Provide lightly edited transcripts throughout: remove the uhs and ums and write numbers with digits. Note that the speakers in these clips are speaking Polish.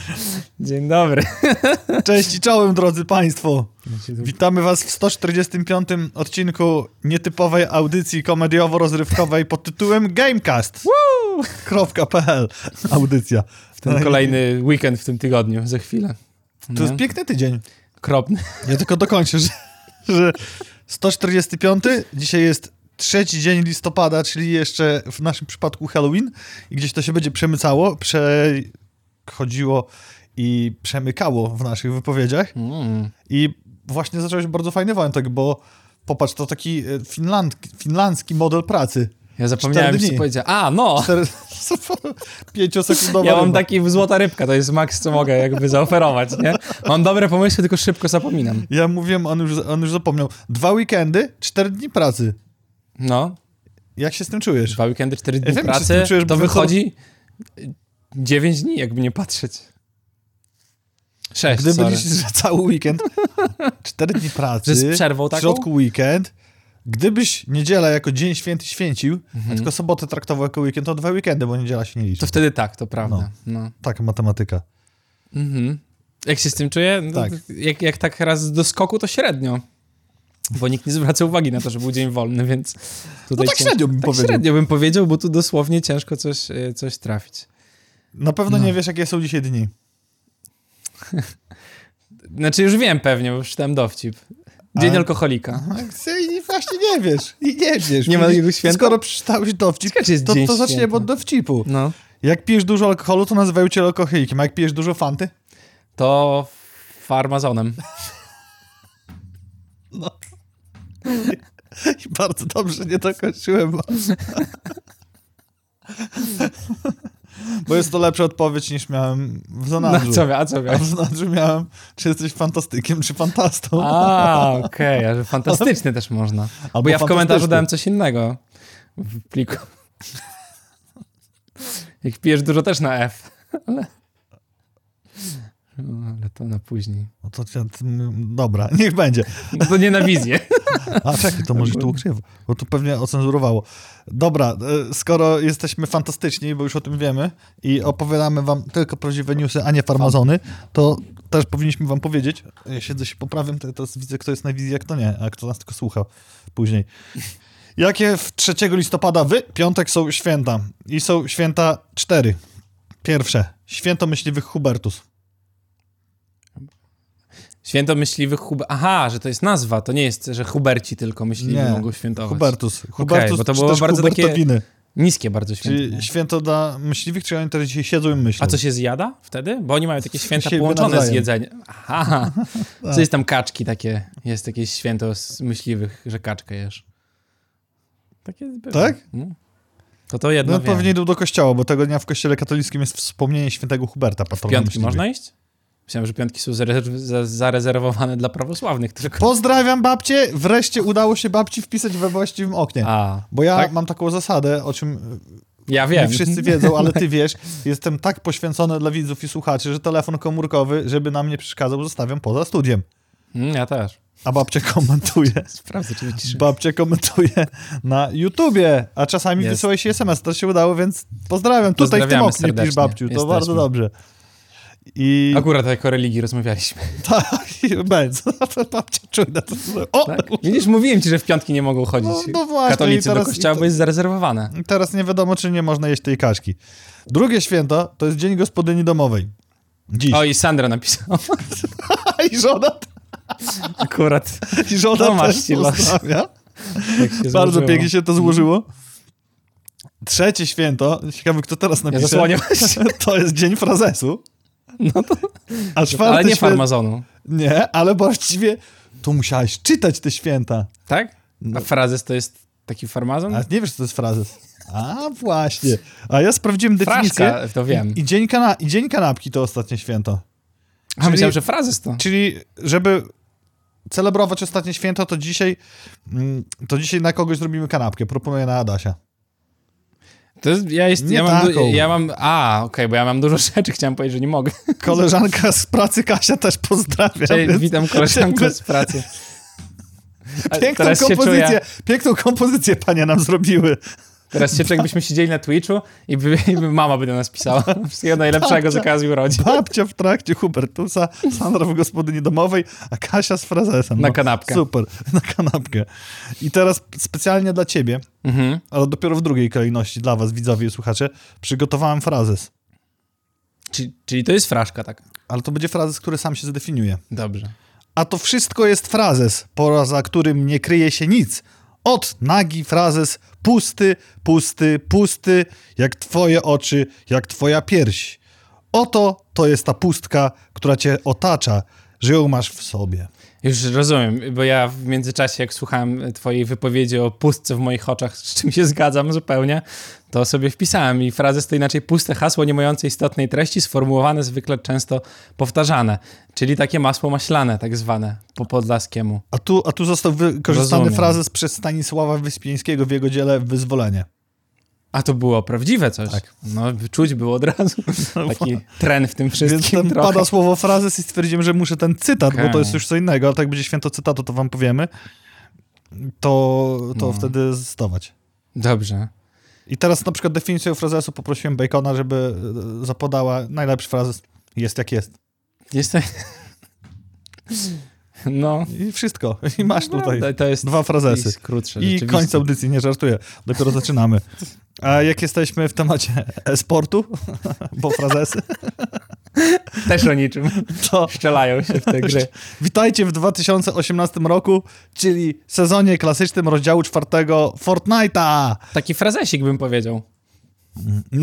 Dzień dobry. Cześć i czołem, drodzy państwo. Witamy was w 145. odcinku nietypowej audycji komediowo-rozrywkowej pod tytułem Gamecast.pl. Audycja. Ten kolejny weekend w tym tygodniu, za chwilę. To jest piękny tydzień. Okropny. Ja tylko dokończę, że 145. Dzisiaj jest 3 dzień listopada, czyli jeszcze w naszym przypadku Halloween i gdzieś to się będzie przemycało, przechodziło i przemykało w naszych wypowiedziach. I właśnie zacząłeś bardzo fajny wątek, bo popatrz, to taki finlandzki model pracy. Ja zapomniałem, co powiedzieć. 5-sekundowa Ja mam ryba. taki złota rybka, to jest maks, co mogę jakby zaoferować, nie? Mam dobre pomysły, tylko szybko zapominam. Ja mówiłem, on już zapomniał. 2 weekendy, 4 dni pracy. No. Jak się z tym czujesz? 2 weekendy, 4 dni wiem, pracy, jak się z tym czujesz, to bo wychodzi 9 dni, jakby nie patrzeć. 6, Gdyby sorry. liczyć, że cały weekend, 4 dni pracy, Że z przerwą w taką? środku weekend, gdybyś niedzielę jako dzień święty święcił, a tylko sobotę traktował jako weekend, to 2 weekendy, bo niedziela się nie liczy. To wtedy tak, to prawda. No. Taka matematyka. Jak się z tym czuję? No, Tak. Jak tak raz do skoku, to średnio. Bo nikt nie zwraca uwagi na to, że był dzień wolny, więc tutaj tak średnio bym powiedział. Średnio bym powiedział, bo tu dosłownie ciężko coś trafić. Na pewno nie wiesz, jakie są dzisiaj dni. Znaczy już wiem pewnie, bo już czytałem dowcip. Dzień alkoholika. I właśnie nie wiesz. I nie wiesz. Nie ma takiego święta? Skoro przeczytałeś dowcip, Ciekawe, czy jest to dzień zaczniemy święta. od dowcipu. No. Jak pijesz dużo alkoholu, to nazywają cię alkoholikiem, a jak pijesz dużo fanty? To farmazonem. No. I bardzo dobrze nie dokończyłem. Bo jest to lepsza odpowiedź niż miałem w zanadrzu. A co A w miałeś? zanadrzu miałem, czy jesteś fantastykiem, czy fantastą. Okej, a że fantastyczny też można. Albo Bo ja w komentarzu fantastyczny. dałem coś innego w pliku. Jak pijesz dużo też na F, ale to na później. No to, dobra, niech będzie. No to nie na wizję. A czekaj, to może tu ukrywa, bo tu pewnie ocenzurowało. Dobra, skoro jesteśmy fantastyczni, bo już o tym wiemy i opowiadamy wam tylko prawdziwe newsy, a nie farmazony, to też powinniśmy wam powiedzieć, ja siedzę się poprawiam, to teraz widzę, kto jest na wizji, a kto nie, a kto nas tylko słucha później. Jakie w 3 listopada w piątek są święta? I są święta 4. Pierwsze, święto myśliwych Hubertus. Święto myśliwych Aha, że to jest nazwa, to nie jest, że Huberci tylko myśliwi mogą świętować. Hubertus. Hubertus, bo to było też bardzo takie Hubertowiny. niskie bardzo święto. Czyli święto dla myśliwych, czy oni teraz dzisiaj siedzą i myślą? A co się zjada wtedy? Bo oni mają takie święta Siebie połączone z nawzajem. jedzeniem. Aha, co jest tam kaczki takie? Jest jakieś święto z myśliwych, że kaczkę jesz. Takie bywa. Tak? No. To jedno No wiem. pewnie idą do kościoła, bo tego dnia w kościele katolickim jest wspomnienie świętego Huberta, patrona Piątki myśliwych. można iść? Myślałem, że piątki są zarezerwowane dla prawosławnych tylko. Pozdrawiam babcię! Wreszcie udało się babci wpisać we właściwym oknie. Bo ja tak? mam taką zasadę, o czym Ja nie wiem. wszyscy wiedzą, ale ty wiesz, jestem tak poświęcony dla widzów i słuchaczy, że telefon komórkowy, żeby nam nie przeszkadzał, zostawiam poza studiem. Ja też. A babcia komentuje. Sprawdzę, czy wyciszę. Babcia komentuje na YouTubie, a czasami Jest. wysyła się SMS, to się udało, więc pozdrawiam. Tutaj w tym Pozdrawiamy oknie pisz serdecznie. babciu, to Jesteśmy. bardzo dobrze. I Akurat jak o religii rozmawialiśmy. tak, będzie. Babcia czujna. O! Tak? Widzisz, mówiłem ci, że w piątki nie mogą chodzić No właśnie, katolicy i teraz- do kościoła, bo jest zarezerwowane. Teraz nie wiadomo, czy nie można jeść tej kaczki. Drugie święto to jest Dzień Gospodyni Domowej. Dziś. O, i Sandra napisała. I żona, Akurat. i żona To masz też ci los. pozdrawia. Tak się Bardzo złożyło. pięknie się to złożyło. Trzecie święto, ciekawe kto teraz Ja napisze, zasłaniam. to jest Dzień Frazesu. No to... A czwarte Ale nie święto... farmazonu. Nie, ale właściwie to musiałeś czytać te święta. Tak? A frazes to jest taki farmazon? A nie wiesz, co to jest frazes. A właśnie. A ja sprawdziłem definicję. Fraszka, to wiem. I dzień kanapki to ostatnie święto. A myślałem, że frazes to. Czyli żeby celebrować ostatnie święto, to dzisiaj na kogoś zrobimy kanapkę. Proponuję na Adasia. To jest, Nie ja mam, taką. ja mam... Okej, bo ja mam dużo rzeczy, chciałem powiedzieć, że nie mogę. Koleżanka z pracy Kasia też pozdrawia. Cześć, więc witam koleżankę z pracy. A Piękną teraz się kompozycję, czuję... piękną kompozycję panie nam zrobiły. Teraz się jakbyśmy siedzieli na Twitchu i by mama by do nas pisała. Wszystkiego najlepszego z okazji urodzin. Babcia w trakcie Hubertusa, Sandra w gospodyni domowej, a Kasia z frazesem. Na kanapkę. Super, na kanapkę. I teraz specjalnie dla ciebie, ale dopiero w drugiej kolejności dla was, widzowie i słuchacze, przygotowałem frazes. Czyli to jest fraszka, tak? Ale to będzie frazes, który sam się zdefiniuje. Dobrze. A to wszystko jest frazes, poza którym nie kryje się nic. Nagi frazes, pusty, pusty, pusty, jak twoje oczy, jak twoja pierś. To jest ta pustka, która cię otacza, że ją masz w sobie. Już rozumiem, bo ja w międzyczasie, jak słuchałem twojej wypowiedzi o pustce w moich oczach, z czym się zgadzam zupełnie, to sobie wpisałem i frazes to inaczej puste hasło nie mające istotnej treści, sformułowane, zwykle często powtarzane, czyli takie masło maślane tak zwane, po podlaskiemu. A tu został wykorzystany Rozumiem. frazes przez Stanisława Wyspiańskiego w jego dziele Wyzwolenie. A to było prawdziwe coś. Tak. No, czuć było od razu taki tren w tym Więc wszystkim tam trochę. pada słowo frazes i stwierdziłem, że muszę ten cytat, bo Okej. to jest już co innego, ale tak będzie święto cytatu, to wam powiemy. To wtedy zdawać. Dobrze. I teraz na przykład definicją frazesu poprosiłem Bacona, żeby zapodała najlepszy frazes. Jest jak jest. Jestem... No. I wszystko. I masz tutaj To jest 2 frazesy. jest krótsze, I rzeczywiście. koniec audycji, nie żartuję. Dopiero zaczynamy. A jak jesteśmy w temacie e-sportu, bo frazesy, Też o niczym. to Strzelają się w te gry. witajcie w 2018 roku, czyli sezonie klasycznym rozdziału 4 Fortnite'a. Taki frazesik bym powiedział. No,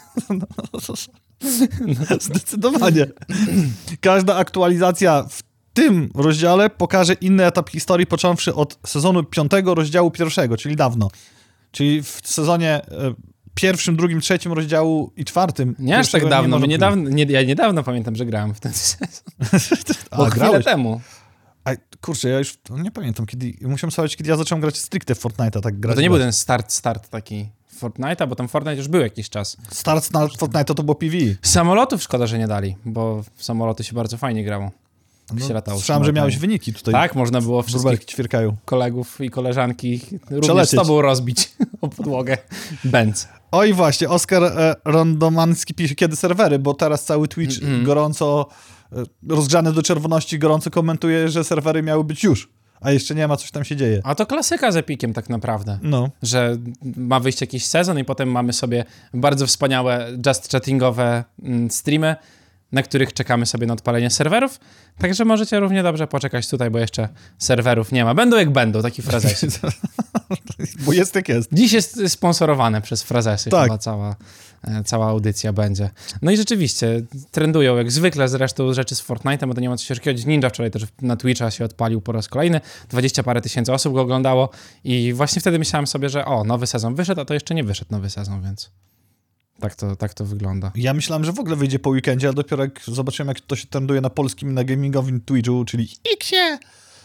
zdecydowanie. Każda aktualizacja w tym rozdziale pokaże inny etap historii, począwszy od sezonu 5 rozdziału 1, czyli dawno. Czyli w sezonie 1, 2, 3 rozdziału i 4. Nie aż tak dawno. Nie Ja niedawno pamiętam, że grałem w ten sezon. A, Bo chwilę grałeś? temu. A, kurczę, ja już nie pamiętam, musiałem słuchać, kiedy ja zacząłem grać stricte w Fortnite'a, tak Bo grać. to nie był ten start taki Fortnite'a, bo tam Fortnite już był jakiś czas. Start na Fortnite'a to było PvE. Samolotów szkoda, że nie dali, bo w samoloty się bardzo fajnie grało. Jak się latało Słyszałem, że samolotami. miałeś wyniki tutaj. Tak, można było wszystkich Wróbelki ćwierkają. kolegów i koleżanki również Przelecieć. z tobą rozbić o podłogę. Benz. Oj właśnie, Oskar Rondomanski pisze, kiedy serwery, bo teraz cały Twitch gorąco, rozgrzany do czerwoności, gorąco komentuje, że serwery miały być już, a jeszcze nie ma, coś tam się dzieje. A to klasyka z Epiciem tak naprawdę. No. Że ma wyjść jakiś sezon i potem mamy sobie bardzo wspaniałe just chattingowe streamy, na których czekamy sobie na odpalenie serwerów. Także możecie równie dobrze poczekać tutaj, bo jeszcze serwerów nie ma. Będą jak będą, taki frazesy. Bo jest jak jest. Dziś jest sponsorowane przez frazesy, Tak. chyba cała audycja będzie. No i rzeczywiście, trendują jak zwykle zresztą rzeczy z Fortnite'em, bo to nie ma co się oszukiwać. Ninja wczoraj też na Twitcha się odpalił po raz kolejny. 20 parę tysięcy osób go oglądało i właśnie wtedy myślałem sobie, że nowy sezon wyszedł, a to jeszcze nie wyszedł nowy sezon, więc tak to wygląda. Ja myślałem, że w ogóle wyjdzie po weekendzie, ale dopiero jak zobaczyłem, jak to się trenduje na polskim, na gamingowym Twitchu, czyli Xie,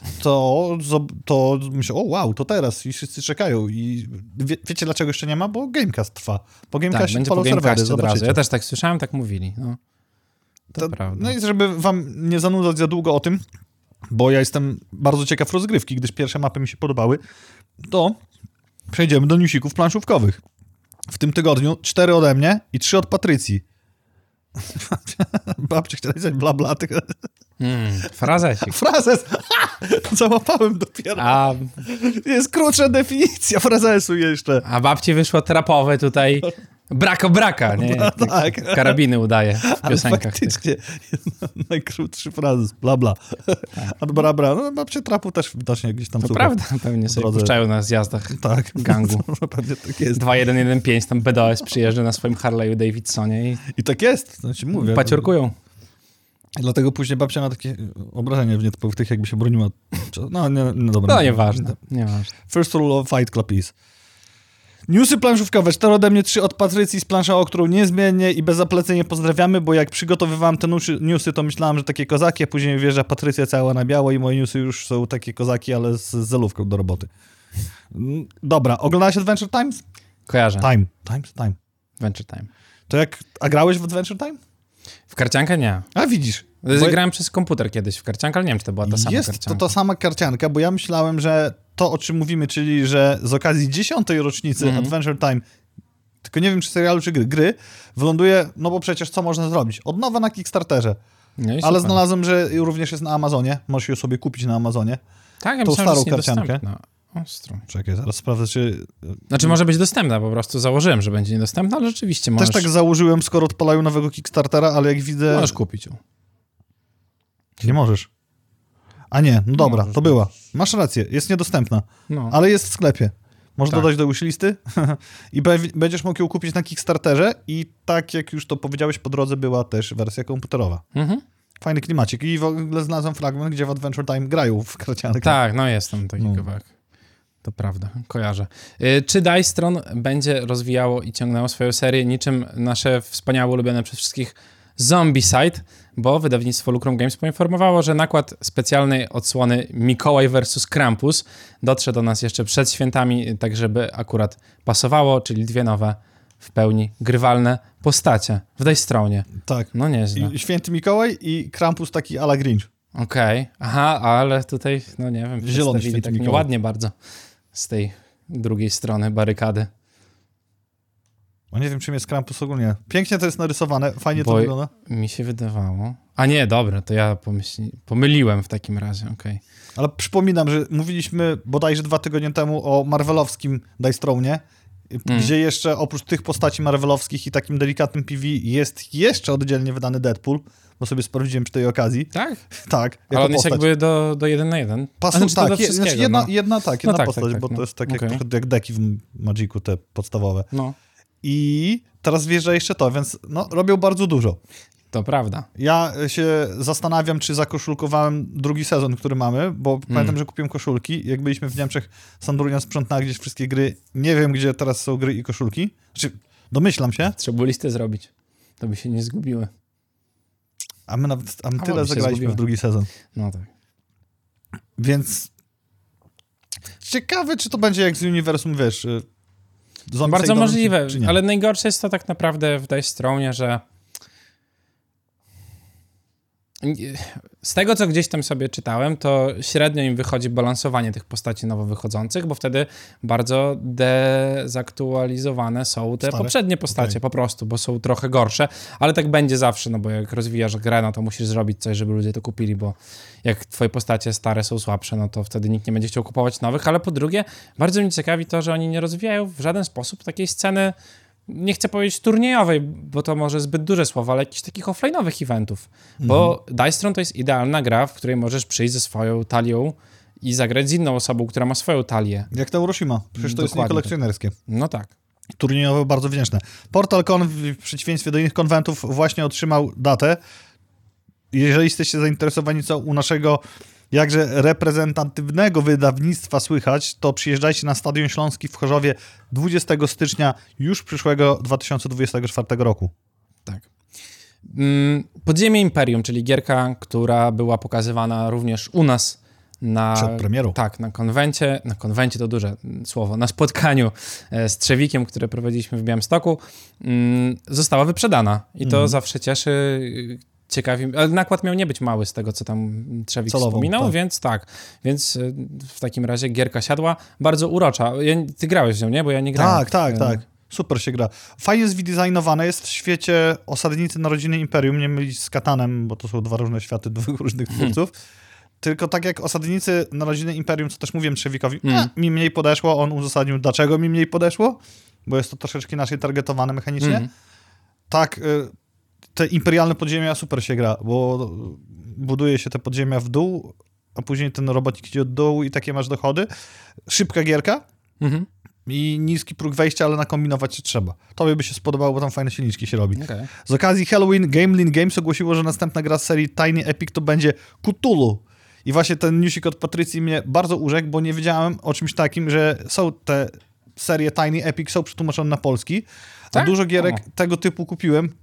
to myślę, wow, to teraz i wszyscy czekają. I wiecie, dlaczego jeszcze nie ma? Bo Gamecast trwa. Po Tak, Gamecastie będzie po odpalą serwery, Gamecastie od razu. zobaczycie. Ja też tak słyszałem, tak mówili. No, to prawda. No i żeby wam nie zanudzać za długo o tym, bo ja jestem bardzo ciekaw rozgrywki, gdyż pierwsze mapy mi się podobały, to przejdziemy do newsików planszówkowych. W tym tygodniu 4 ode mnie i 3 od Patrycji. Babcia chciała powiedzieć bla bla, tylko... Frazesik. Frazes! Załapałem dopiero. A Jest krótsza definicja frazesu jeszcze. babci wyszło trapowe tutaj. Braka, nie? Tak. Karabiny udaje w Ale piosenkach. faktycznie najkrótszy frazes, bla bla. A bra bra, no babcie trapu też widocznie gdzieś tam To słucha. prawda, pewnie sobie drodze. puszczają na zjazdach Tak. gangu. Pewnie tak jest. 2115, tam BDOS przyjeżdża na swoim Harley'u Davidsonie I tak jest, to ci mówię. i paciorkują. Dlatego później babcia ma takie obrażenie w nietypowych tych, jakby się broniła. No, nie dobra. No nieważne. First rule of Fight Club is. Newsy planszówkowe, 4 ode mnie, 3 od Patrycji z plansza, o którą niezmiennie i bez zaplecenia pozdrawiamy, bo jak przygotowywałem te newsy, to myślałem, że takie kozaki, a później wjeżdża Patrycja cała na biało i moje newsy już są takie kozaki, ale z zelówką do roboty. Dobra, oglądałeś Adventure Times? Kojarzę. Time. Adventure Time. To a grałeś w Adventure Time? W karciankę nie. A widzisz. Grałem przez komputer kiedyś w karciankę, ale nie wiem, czy to była ta sama karcianka. Jest to ta sama karcianka, bo ja myślałem, że to, o czym mówimy, czyli że z okazji 10. rocznicy Adventure Time, tylko nie wiem, czy serialu, czy gry, wyląduje, no bo przecież co można zrobić? Od nowa na Kickstarterze. No ale znalazłem, że również jest na Amazonie. Możesz ją sobie kupić na Amazonie. Tak, ja tą myślałem, starą karciankę. Ostro. Czekaj, zaraz sprawdzę, czy... Znaczy może być dostępna, po prostu założyłem, że będzie niedostępna, ale rzeczywiście możesz... Też tak założyłem, skoro odpalają nowego Kickstartera, ale jak widzę... Możesz kupić ją. Nie możesz. A nie, no dobra, możesz, to była. Masz rację, jest niedostępna, No. ale jest w sklepie. Możesz Tak. dodać do wishlisty i będziesz mógł ją kupić na Kickstarterze i tak jak już to powiedziałeś, po drodze była też wersja komputerowa. Fajny klimacik. I w ogóle znalazłem fragment, gdzie w Adventure Time grają w karciankę. Tak, no jest tam taki kawałek. To prawda, kojarzę. Czy Dicetron będzie rozwijało i ciągnęło swoją serię niczym nasze wspaniałe, ulubione przez wszystkich Zombicide, bo wydawnictwo Lucrum Games poinformowało, że nakład specjalnej odsłony Mikołaj vs. Krampus dotrze do nas jeszcze przed świętami, tak żeby akurat pasowało, czyli 2 nowe, w pełni grywalne postacie w Dicetronie. Tak. No nieźle. I Święty Mikołaj i Krampus taki a la Grinch. Okej. Aha, ale tutaj, no nie wiem, Zielony przedstawili Święty tak Mikołaj. nieładnie bardzo z tej drugiej strony barykady. No nie wiem, czym jest Krampus ogólnie. Pięknie to jest narysowane, fajnie to wygląda. Mi się wydawało... A nie, dobra, to ja pomyliłem w takim razie, okej. Ale przypominam, że mówiliśmy bodajże 2 tygodnie temu o marvelowskim Dicetronie, gdzie jeszcze oprócz tych postaci marvelowskich i takim delikatnym PV jest jeszcze oddzielnie wydany Deadpool, bo sobie sprawdziłem przy tej okazji. Tak? Tak. Ale on jest postać. jakby do 1 na 1? Tak, jedna postać, tak, bo to jest tak okay. jak deki w Magicu, te podstawowe. No. I teraz wjeżdża jeszcze to, więc no, robią bardzo dużo. To prawda. Ja się zastanawiam, czy zakoszulkowałem drugi sezon, który mamy, bo pamiętam, że kupiłem koszulki. Jak byliśmy w Niemczech, Sandrunia sprzątnała gdzieś wszystkie gry. Nie wiem, gdzie teraz są gry i koszulki. Znaczy, domyślam się. Trzeba było listę zrobić. To by się nie zgubiły. A my tyle zagraliśmy w drugi sezon. No tak. Więc ciekawe, czy to będzie jak z uniwersum, wiesz... Bardzo możliwe, czy nie. ale najgorsze jest to tak naprawdę w Dicetronie, że z tego, co gdzieś tam sobie czytałem, to średnio im wychodzi balansowanie tych postaci nowo wychodzących, bo wtedy bardzo dezaktualizowane są te poprzednie postacie po prostu, bo są trochę gorsze, ale tak będzie zawsze, no bo jak rozwijasz grę, no to musisz zrobić coś, żeby ludzie to kupili, bo jak twoje postacie stare są słabsze, no to wtedy nikt nie będzie chciał kupować nowych, ale po drugie, bardzo mnie ciekawi to, że oni nie rozwijają w żaden sposób takiej sceny, nie chcę powiedzieć turniejowej, bo to może zbyt duże słowo, ale jakichś takich offline'owych eventów. Bo Dicetron to jest idealna gra, w której możesz przyjść ze swoją talią i zagrać z inną osobą, która ma swoją talię. Jak ta Euroshima. Przecież to jest nie kolekcjonerskie. No tak. Turniejowe bardzo wdzięczne. PortalCon w przeciwieństwie do innych konwentów właśnie otrzymał datę. Jeżeli jesteście zainteresowani, co u naszego jakże reprezentatywnego wydawnictwa słychać, to przyjeżdżajcie na Stadion Śląski w Chorzowie 20 stycznia już przyszłego 2024 roku. Tak. Podziemie Imperium, czyli gierka, która była pokazywana również u nas przed premierą. Tak, na konwencie to duże słowo, na spotkaniu z Trzewikiem, które prowadziliśmy w Białymstoku, została wyprzedana i to zawsze cieszy. Ciekawi, ale nakład miał nie być mały z tego, co tam Trzewik wspominał, tak. Więc w takim razie gierka siadła, bardzo urocza. Ty grałeś z nią, nie? Bo ja nie grałem. Tak. Super się gra. Fajnie zdesignowane jest w świecie Osadnicy Narodziny Imperium, nie mylić z Katanem, bo to są 2 różne światy 2 różnych twórców. Tylko tak jak Osadnicy Narodziny Imperium, co też mówiłem Trzewikowi, mi mniej podeszło, on uzasadnił, dlaczego mi mniej podeszło, bo jest to troszeczkę inaczej targetowane mechanicznie. Tak, te imperialne podziemia super się gra, bo buduje się te podziemia w dół, a później ten robotnik idzie od dołu i takie masz dochody. Szybka gierka i niski próg wejścia, ale nakombinować się trzeba. Tobie by się spodobało, bo tam fajne silniczki się robi. Okay. Z okazji Halloween Gamelin Games ogłosiło, że następna gra z serii Tiny Epic to będzie Cthulhu. I właśnie ten newsik od Patrycji mnie bardzo urzekł, bo nie wiedziałem o czymś takim, że są te serie Tiny Epic, są przetłumaczone na polski, a dużo gierek tego typu kupiłem,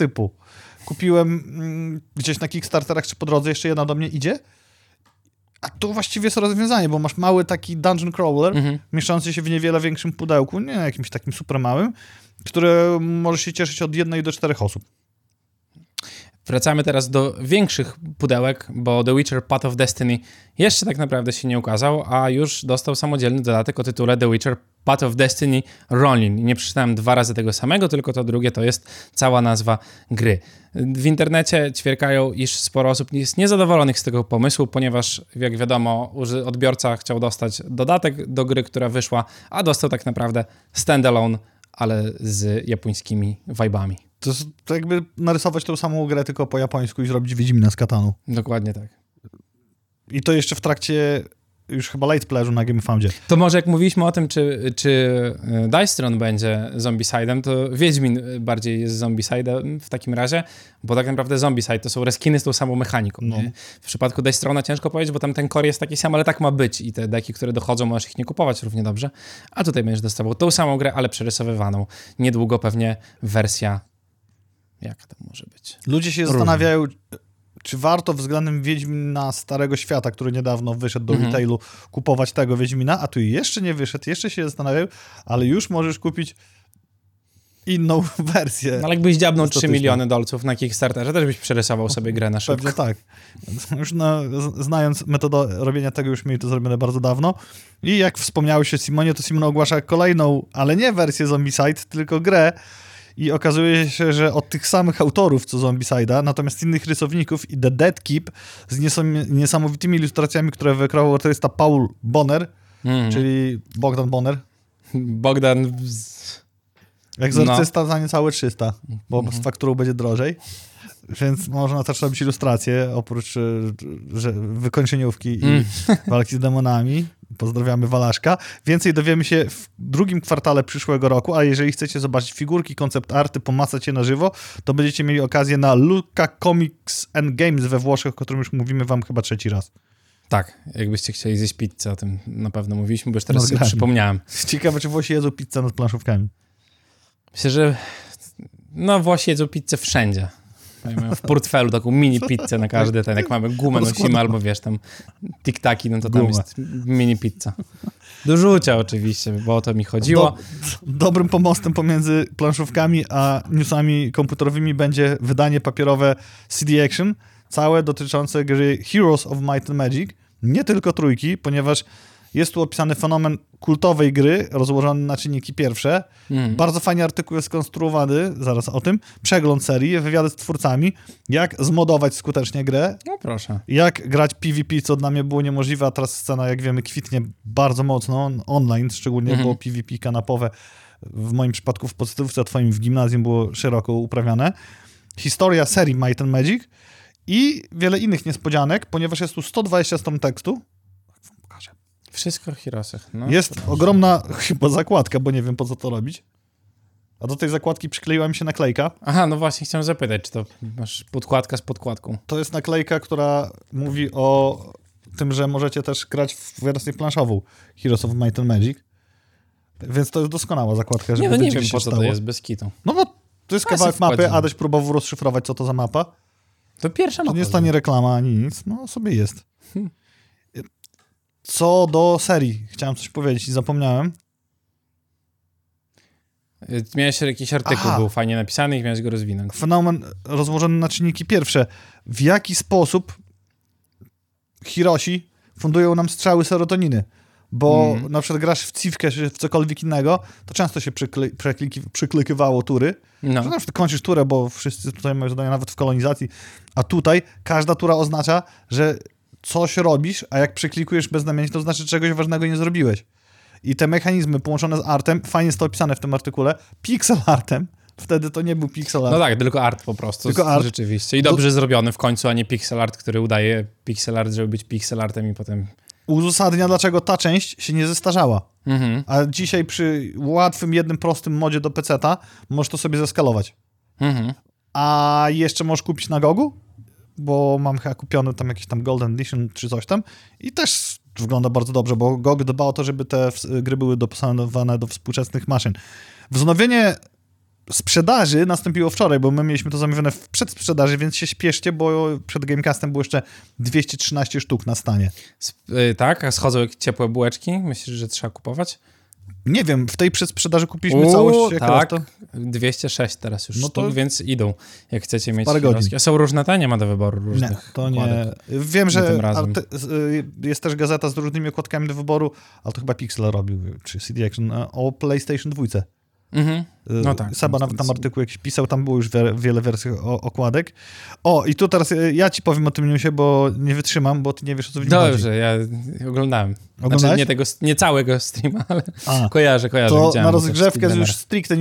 Kupiłem gdzieś na Kickstarterach czy po drodze, jeszcze jedna do mnie idzie. A tu właściwie jest rozwiązanie, bo masz mały taki dungeon crawler, mieszczący się w niewiele większym pudełku, nie jakimś takim super małym, które może się cieszyć od 1 do 4 osób. Wracamy teraz do większych pudełek, bo The Witcher Path of Destiny jeszcze tak naprawdę się nie ukazał, a już dostał samodzielny dodatek o tytule The Witcher Path of Destiny Ronin. Nie przeczytałem 2 razy tego samego, tylko to drugie to jest cała nazwa gry. W internecie ćwierkają, iż sporo osób jest niezadowolonych z tego pomysłu, ponieważ, jak wiadomo, odbiorca chciał dostać dodatek do gry, która wyszła, a dostał tak naprawdę standalone, ale z japońskimi vibami. To jakby narysować tą samą grę tylko po japońsku i zrobić Wiedźmina z Katanu. Dokładnie tak. I to jeszcze w trakcie już chyba late player'u na GameFoundzie. To może jak mówiliśmy o tym, czy Dicetron będzie Zombicide'em, to Wiedźmin bardziej jest Zombicide'em w takim razie, bo tak naprawdę Zombicide to są reskiny z tą samą mechaniką. No. W przypadku Dicetrona ciężko powiedzieć, bo tam ten core jest taki sam, ale tak ma być i te deki, które dochodzą, możesz ich nie kupować równie dobrze, a tutaj będziesz dostawał tą samą grę, ale przerysowywaną. Niedługo pewnie wersja... Jak to może być? Ludzie się zastanawiają, czy warto względem Wiedźmina Starego Świata, który niedawno wyszedł do retailu, kupować tego Wiedźmina, a tu jeszcze nie wyszedł, jeszcze się zastanawiają, ale już możesz kupić inną wersję. No, ale jakbyś dziabnął 3 miliony dolców na Kickstarterze, też byś przerysował sobie grę na szybko. Pewnie tak. Już znając metodę robienia tego, już mieli to zrobione bardzo dawno. I jak wspomniałeś o Simonie, to Simon ogłasza kolejną, ale nie wersję Zombicide, tylko grę. I okazuje się, że od tych samych autorów, co Zombicide'a, natomiast innych rysowników i The Dead Keep z niesamowitymi ilustracjami, które wykreował artysta Paul Bonner, czyli Bogdan Bonner. Bogdan... Egzorcysta za niecałe 300, bo z fakturą będzie drożej. Więc można też robić ilustracje, oprócz wykończeniówki i walki z demonami. Pozdrawiamy Walaszka. Więcej dowiemy się w drugim kwartale przyszłego roku, a jeżeli chcecie zobaczyć figurki, koncept arty, pomacać je na żywo, to będziecie mieli okazję na Lucca Comics and Games we Włoszech, o którym już mówimy wam chyba 3. raz. Tak, jakbyście chcieli zjeść pizzę, o tym na pewno mówiliśmy, bo już teraz sobie przypomniałem. Ciekawe, czy Włosi jedzą pizzę nad planszówkami. Myślę, że Włosi jedzą pizzę wszędzie. Mają w portfelu taką mini pizzę na każdy ten, jak mamy gumę nosimy, albo wiesz, tam tiktaki, no to tam jest mini pizza. Do rzucia oczywiście, bo o to mi chodziło. Dobrym pomostem pomiędzy planszówkami a newsami komputerowymi będzie wydanie papierowe CD Action, całe dotyczące gry Heroes of Might and Magic, nie tylko 3, ponieważ jest tu opisany fenomen kultowej gry, rozłożony na czynniki pierwsze. Bardzo fajnie artykuł jest skonstruowany, zaraz o tym. Przegląd serii, wywiady z twórcami, jak zmodować skutecznie grę. No proszę. Jak grać PvP, co dla mnie było niemożliwe, a teraz scena, jak wiemy, kwitnie bardzo mocno, online szczególnie, było PvP kanapowe. W moim przypadku w podstawówce, a twoim w gimnazjum było szeroko uprawiane. Historia serii Might and Magic i wiele innych niespodzianek, ponieważ jest tu 120 stron tekstu. Wszystko w Heroesach. No, jest ogromna chyba zakładka, bo nie wiem po co to robić. A do tej zakładki przykleiła mi się naklejka. Aha, no właśnie chciałem zapytać, czy to masz podkładka z podkładką. To jest naklejka, która mówi o tym, że możecie też grać w wersję planszową Heroes of Might and Magic. Więc to jest doskonała zakładka, żeby nie wiem po co to jest, bez kitu. No bo to jest kawałek mapy, Adaś próbował rozszyfrować, co to za mapa. To pierwsza mapa. To nie jest ani reklama, ani nic. No sobie jest. Co do serii, chciałem coś powiedzieć i zapomniałem. Miałeś jakiś artykuł, był fajnie napisany i miałeś go rozwinąć. Fenomen rozłożony na czynniki pierwsze. W jaki sposób Hiroshi fundują nam strzały serotoniny? Bo na przykład grasz w Civkę czy w cokolwiek innego, to często się przyklikywało tury. No. Że na przykład kończysz turę, bo wszyscy tutaj mają zadania nawet w kolonizacji, a tutaj każda tura oznacza, że coś robisz, a jak przyklikujesz beznamiętnie, to znaczy, że czegoś ważnego nie zrobiłeś. I te mechanizmy połączone z artem, fajnie jest to opisane w tym artykule, pixel artem, wtedy to nie był pixel art. No tak, tylko art po prostu, tylko art. Rzeczywiście. I dobrze zrobiony w końcu, a nie pixel art, który udaje pixel art, żeby być pixel artem i potem... Uzasadnia, dlaczego ta część się nie zestarzała. A dzisiaj przy łatwym, jednym, prostym modzie do PC-ta możesz to sobie zeskalować. A jeszcze możesz kupić na Gogu, bo mam chyba kupiony tam jakiś tam Golden Edition czy coś tam i też wygląda bardzo dobrze, bo GOG dba o to, żeby te gry były dopasowane do współczesnych maszyn. Wznowienie sprzedaży nastąpiło wczoraj, bo my mieliśmy to zamówione w przedsprzedaży, więc się śpieszcie, bo przed Gamecastem było jeszcze 213 sztuk na stanie. Tak? A schodzą jak ciepłe bułeczki? Myślisz, że trzeba kupować? Nie wiem, w tej przedsprzedaży kupiliśmy całość. Tak, 206 teraz już sztuk, więc idą, jak chcecie mieć parę godzin. A są różne, nie ma do wyboru różnych. Nie, to nie. Wiem, że jest też gazeta z różnymi okładkami do wyboru, ale to chyba Pixel robił, czy CD Action, o PlayStation 2. No tak. Seba nawet tam artykuł jakiś pisał, tam było już wiele wersji okładek. I tu teraz ja ci powiem o tym newsie, bo nie wytrzymam, bo ty nie wiesz, o co w nim chodzi. Dobrze, ja oglądałem. Oglądałeś? Znaczy nie całego streama, ale kojarzę. To na rozgrzewkę już stricte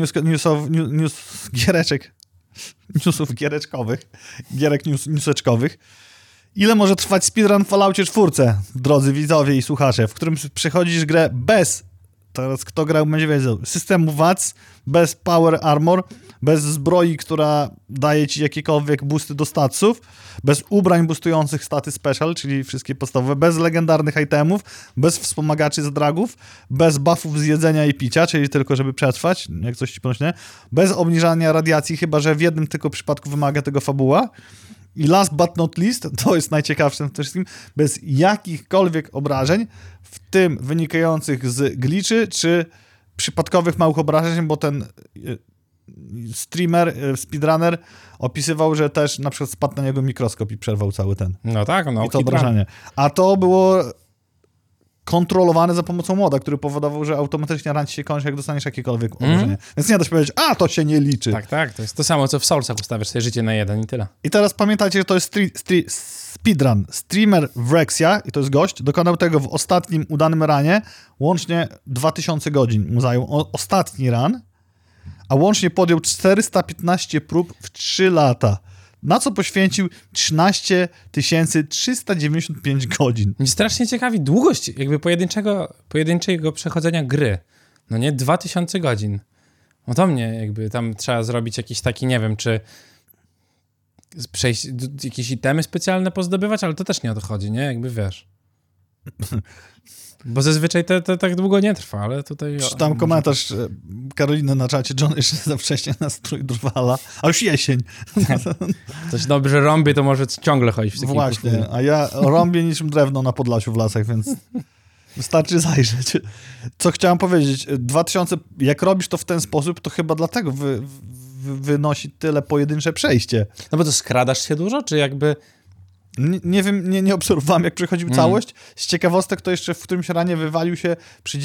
newsów giereczkowych, gierek newseczkowych. Ile może trwać speedrun w Falloutie 4, drodzy widzowie i słuchacze, w którym przechodzisz grę bez, teraz kto grał będzie wiedział, systemu VATS, bez power armor, bez zbroi, która daje ci jakiekolwiek boosty do statsów, bez ubrań boostujących staty special, czyli wszystkie podstawowe, bez legendarnych itemów, bez wspomagaczy z dragów, bez buffów z jedzenia i picia, czyli tylko żeby przetrwać, jak coś ci pomyślę, bez obniżania radiacji, chyba że w jednym tylko przypadku wymaga tego fabuła. I last but not least, to jest najciekawsze w tym wszystkim, bez jakichkolwiek obrażeń, w tym wynikających z glitchy, czy przypadkowych małych obrażeń, bo ten streamer, speedrunner opisywał, że też na przykład spadł na niego mikroskop i przerwał cały ten. No tak, i to obrażenie. A to było kontrolowane za pomocą moda, który powodował, że automatycznie run ci się kończy, jak dostaniesz jakiekolwiek obrażenie. Więc nie da się powiedzieć, to się nie liczy. Tak, to jest to samo, co w Soulsach ustawiasz sobie życie na 1 i tyle. I teraz pamiętajcie, że to jest speedrun. Streamer Wrexia, i to jest gość, dokonał tego w ostatnim udanym runie, łącznie 2000 godzin mu zajął ostatni run, a łącznie podjął 415 prób w 3 lata. Na co poświęcił 13 395 godzin. Mnie strasznie ciekawi długość jakby pojedynczego przechodzenia gry. No nie, 2000 godzin. No to mnie jakby tam trzeba zrobić jakiś taki, nie wiem, czy przejść, jakieś itemy specjalne pozdobywać, ale to też nie o to chodzi, nie? Jakby wiesz. Bo zazwyczaj to tak długo nie trwa, ale tutaj... Czytam komentarz Karoliny na czacie, John jeszcze za wcześnie na strój drwala, a już jesień. Coś dobrze rąbie, to może ciągle chodzić w takiej Właśnie, koszuli. a ja rąbię niczym drewno na Podlasiu w lasach, więc wystarczy zajrzeć. Co chciałem powiedzieć, 2000, jak robisz to w ten sposób, to chyba dlatego wynosi tyle pojedyncze przejście. No bo to skradasz się dużo, czy jakby... Nie wiem, nie obserwowałem, jak przechodził całość. Z ciekawostek to jeszcze w którymś ranie wywalił się przy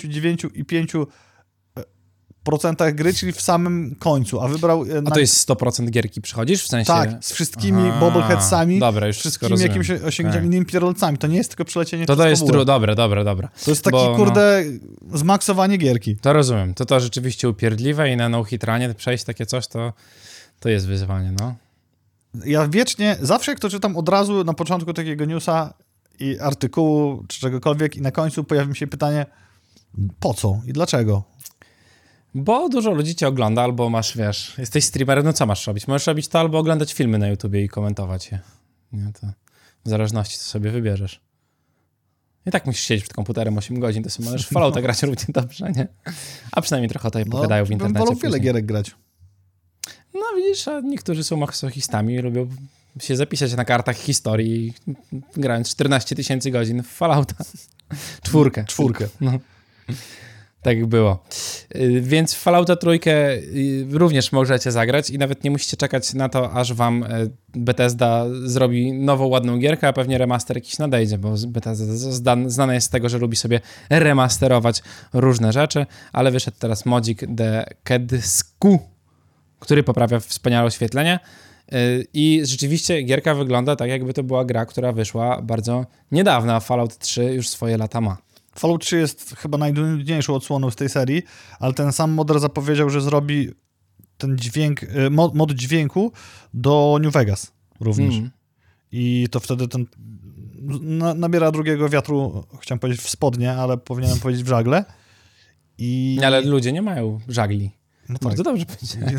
99,5% gry, czyli w samym końcu, a wybrał... A to jest 100% gierki przychodzisz? W sensie... Tak, z wszystkimi bobbleheadsami, dobra, już wszystkimi jakimiś osiągnięciami, innymi pierolcami. To nie jest tylko przelecienie to jest dobra. To jest taki, zmaksowanie gierki. To rozumiem. To rzeczywiście upierdliwe i na no-hit runie przejść takie coś, to jest wyzwanie, no. Ja wiecznie, zawsze jak to czytam od razu na początku takiego newsa i artykułu, czy czegokolwiek i na końcu pojawia mi się pytanie, po co i dlaczego? Bo dużo ludzi cię ogląda, albo masz, wiesz, jesteś streamerem, no co masz robić? Możesz robić to albo oglądać filmy na YouTubie i komentować je. Nie, to w zależności, co sobie wybierzesz. I tak musisz siedzieć przed komputerem 8 godzin, to sobie możesz w Fallouta grać równie dobrze, nie? A przynajmniej trochę o to pogadają w internecie. Wolą wiele gierek grać. No widzisz, a niektórzy są masochistami i lubią się zapisać na kartach historii, grając 14 000 godzin w Fallouta. Czwórkę. No. Tak było. Więc w Fallouta 3 również możecie zagrać i nawet nie musicie czekać na to, aż wam Bethesda zrobi nową, ładną gierkę, a pewnie remaster jakiś nadejdzie, bo Bethesda znana jest z tego, że lubi sobie remasterować różne rzeczy, ale wyszedł teraz modzik The Kedsku, który poprawia wspaniałe oświetlenie i rzeczywiście gierka wygląda tak, jakby to była gra, która wyszła bardzo niedawno, a Fallout 3 już swoje lata ma. Fallout 3 jest chyba najnudniejszą odsłoną z tej serii, ale ten sam model zapowiedział, że zrobi ten dźwięk, mod dźwięku do New Vegas również. I to wtedy ten nabiera drugiego wiatru, chciałem powiedzieć w spodnie, ale powinienem powiedzieć w żagle. Ale ludzie nie mają żagli. No bardzo dobrze powiedziałem.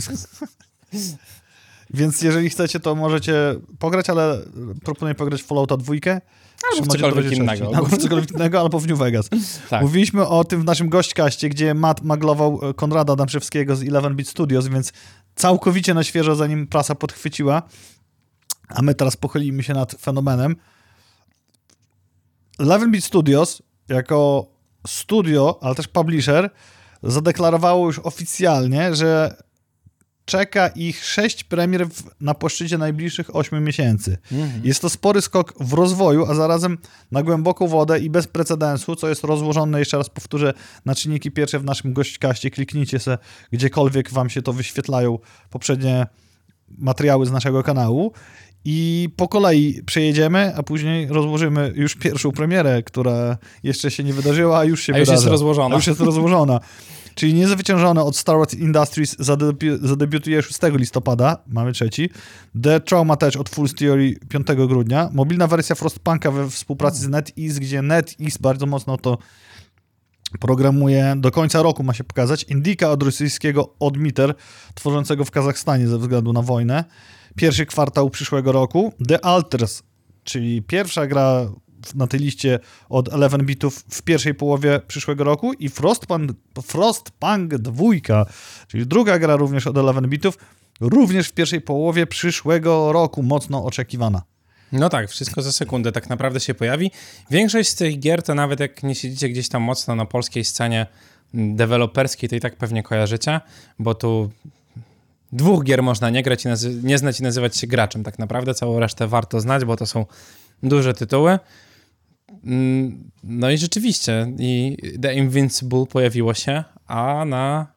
Więc jeżeli chcecie, to możecie pograć, ale proponuję pograć w Fallouta 2. Albo w cokolwiek innego. Albo w cokolwiek innego, albo w New Vegas. Tak. Mówiliśmy o tym w naszym gośćkaście, gdzie Matt maglował Konrada Adamczewskiego z 11-Bit Studios, więc całkowicie na świeżo, zanim prasa podchwyciła. A my teraz pochylimy się nad fenomenem. 11-Bit Studios jako studio, ale też publisher zadeklarowało już oficjalnie, że czeka ich 6 premier na płaszczyźnie najbliższych 8 miesięcy. Jest to spory skok w rozwoju, a zarazem na głęboką wodę i bez precedensu, co jest rozłożone, jeszcze raz powtórzę, na czynniki pierwsze w naszym gośćkaście. Kliknijcie se gdziekolwiek wam się to wyświetlają poprzednie materiały z naszego kanału i po kolei przejedziemy, a później rozłożymy już pierwszą premierę, która jeszcze się nie wydarzyła, a już się wydarza. Już jest rozłożona. Czyli niezwyciężony od Star Wars Industries zadebiutuje 6 listopada, mamy 3. The Trauma Tech od Fool's Theory 5 grudnia. Mobilna wersja Frostpunka we współpracy z NetEase, gdzie NetEase bardzo mocno to programuje, do końca roku ma się pokazać. Indica od rosyjskiego Odmiter, tworzącego w Kazachstanie ze względu na wojnę. Pierwszy kwartał przyszłego roku. The Alters, czyli pierwsza gra na tej liście od 11-bitów w pierwszej połowie przyszłego roku i Frostpunk 2, czyli druga gra również od 11-bitów, również w pierwszej połowie przyszłego roku, mocno oczekiwana. No tak, wszystko za sekundę tak naprawdę się pojawi. Większość z tych gier to nawet jak nie siedzicie gdzieś tam mocno na polskiej scenie deweloperskiej, to i tak pewnie kojarzycie, bo tu 2 gier można nie grać nie znać i nazywać się graczem tak naprawdę, całą resztę warto znać, bo to są duże tytuły. No i rzeczywiście, i The Invincible pojawiło się, a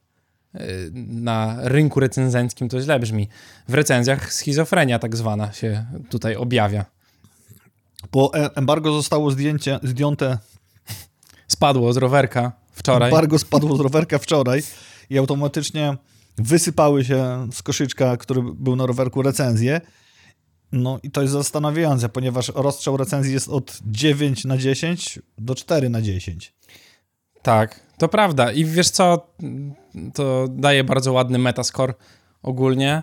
na rynku recenzenckim to źle brzmi. W recenzjach schizofrenia tak zwana się tutaj objawia. Po embargo zostało zdjęte... Spadło z rowerka wczoraj. Embargo spadło z rowerka wczoraj i automatycznie wysypały się z koszyczka, który był na rowerku, recenzje. No i to jest zastanawiające, ponieważ rozstrzał recenzji jest od 9/10 do 4/10. Tak, to prawda. I wiesz co, to daje bardzo ładny metascore ogólnie,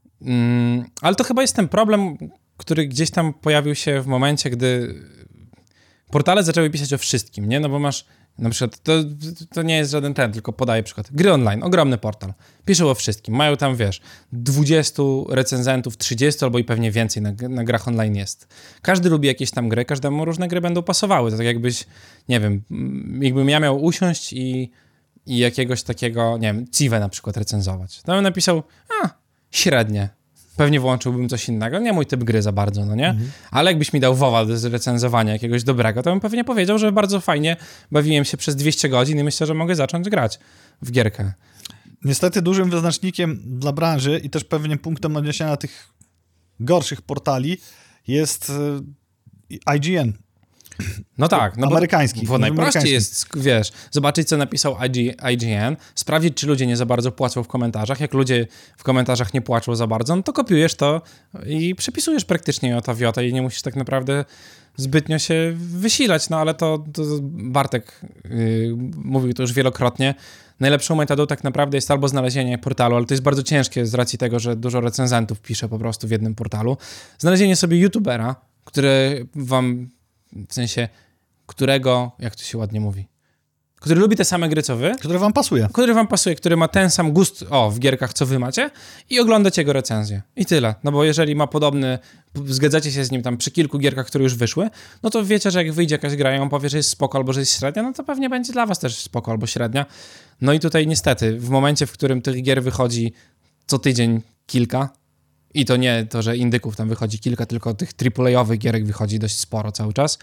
ale to chyba jest ten problem, który gdzieś tam pojawił się w momencie, gdy portale zaczęły pisać o wszystkim, nie? No bo masz na przykład, to nie jest żaden trend, tylko podaję przykład. Gry online, ogromny portal. Piszą o wszystkim. Mają tam, wiesz, 20 recenzentów, 30 albo i pewnie więcej na grach online jest. Każdy lubi jakieś tam gry, każdemu różne gry będą pasowały. To tak jakbyś, nie wiem, jakbym ja miał usiąść i jakiegoś takiego, nie wiem, Ciwę na przykład recenzować. To bym napisał, średnie. Pewnie włączyłbym coś innego. Nie mój typ gry za bardzo, no nie? Ale jakbyś mi dał WoWa do recenzowania jakiegoś dobrego, to bym pewnie powiedział, że bardzo fajnie bawiłem się przez 200 godzin i myślę, że mogę zacząć grać w gierkę. Niestety dużym wyznacznikiem dla branży i też pewnie punktem odniesienia tych gorszych portali jest IGN. No tak. No amerykański. Bo najprościej jest, wiesz, zobaczyć, co napisał IGN, sprawdzić, czy ludzie nie za bardzo płacą w komentarzach. Jak ludzie w komentarzach nie płaczą za bardzo, no to kopiujesz to i przepisujesz praktycznie jota w jota i nie musisz tak naprawdę zbytnio się wysilać. No ale to Bartek mówił to już wielokrotnie. Najlepszą metodą tak naprawdę jest albo znalezienie portalu, ale to jest bardzo ciężkie z racji tego, że dużo recenzentów pisze po prostu w jednym portalu. Znalezienie sobie youtubera, który wam... W sensie, którego, jak to się ładnie mówi, który lubi te same gry, co wy. Który wam pasuje. Który ma ten sam gust, w gierkach, co wy macie i oglądać jego recenzję. I tyle. No bo jeżeli ma podobny, zgadzacie się z nim tam przy kilku gierkach, które już wyszły, no to wiecie, że jak wyjdzie jakaś gra i on powie, że jest spoko albo że jest średnia, no to pewnie będzie dla was też spoko albo średnia. No i tutaj niestety, w momencie, w którym tych gier wychodzi co tydzień kilka, i to nie to, że indyków tam wychodzi kilka, tylko tych AAA-owych gierek wychodzi dość sporo cały czas.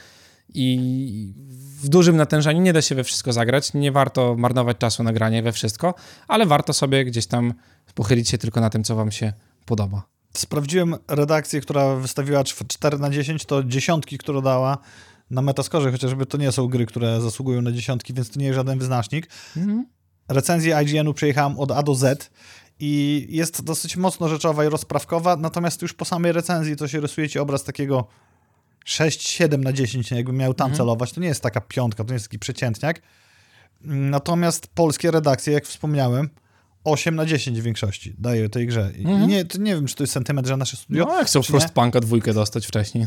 I w dużym natężeniu nie da się we wszystko zagrać. Nie warto marnować czasu na granie we wszystko, ale warto sobie gdzieś tam pochylić się tylko na tym, co wam się podoba. Sprawdziłem redakcję, która wystawiła 4/10, to 10, które dała na Metascorze, chociażby to nie są gry, które zasługują na 10, więc to nie jest żaden wyznacznik. Recenzję IGN-u przejechałem od A do Z. I jest dosyć mocno rzeczowa i rozprawkowa, natomiast już po samej recenzji to się rysuje ci obraz takiego 6-7/10, jakbym miał tam celować. To nie jest taka piątka, to nie jest taki przeciętniak. Natomiast polskie redakcje, jak wspomniałem, 8/10 w większości daje tej grze. I nie wiem, czy to jest sentyment, że nasze studio... No, jak chcą Frostpunka 2 dostać wcześniej.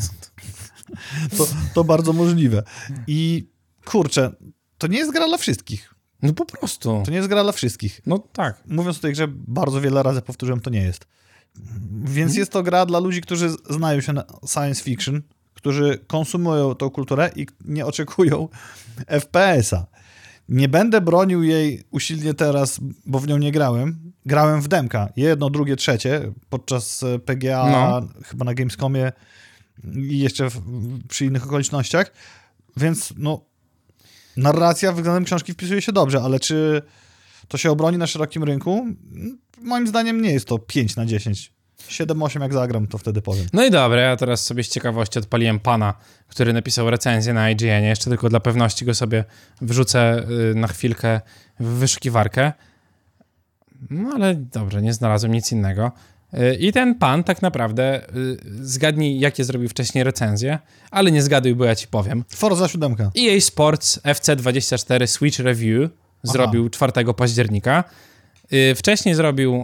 To bardzo możliwe. I kurczę, to nie jest gra dla wszystkich. No po prostu. To nie jest gra dla wszystkich. No tak. Mówiąc o tej grze, bardzo wiele razy powtórzyłem, to nie jest. Więc jest to gra dla ludzi, którzy znają się na science fiction, którzy konsumują tą kulturę i nie oczekują FPS-a. Nie będę bronił jej usilnie teraz, bo w nią nie grałem. Grałem w demka. Jedno, drugie, trzecie podczas PGA, chyba na Gamescomie i jeszcze przy innych okolicznościach. Więc narracja względem książki wpisuje się dobrze, ale czy to się obroni na szerokim rynku? Moim zdaniem nie jest to 5 na 10. 7-8 jak zagram, to wtedy powiem. No i dobra, ja teraz sobie z ciekawości odpaliłem pana, który napisał recenzję na IGN-ie. Jeszcze tylko dla pewności go sobie wrzucę na chwilkę w wyszukiwarkę. No ale dobrze, nie znalazłem nic innego. I ten pan tak naprawdę, zgadnij jakie zrobił wcześniej recenzje, ale nie zgaduj, bo ja ci powiem. Forza 7. EA Sports FC24 Switch Review zrobił 4 października. Wcześniej zrobił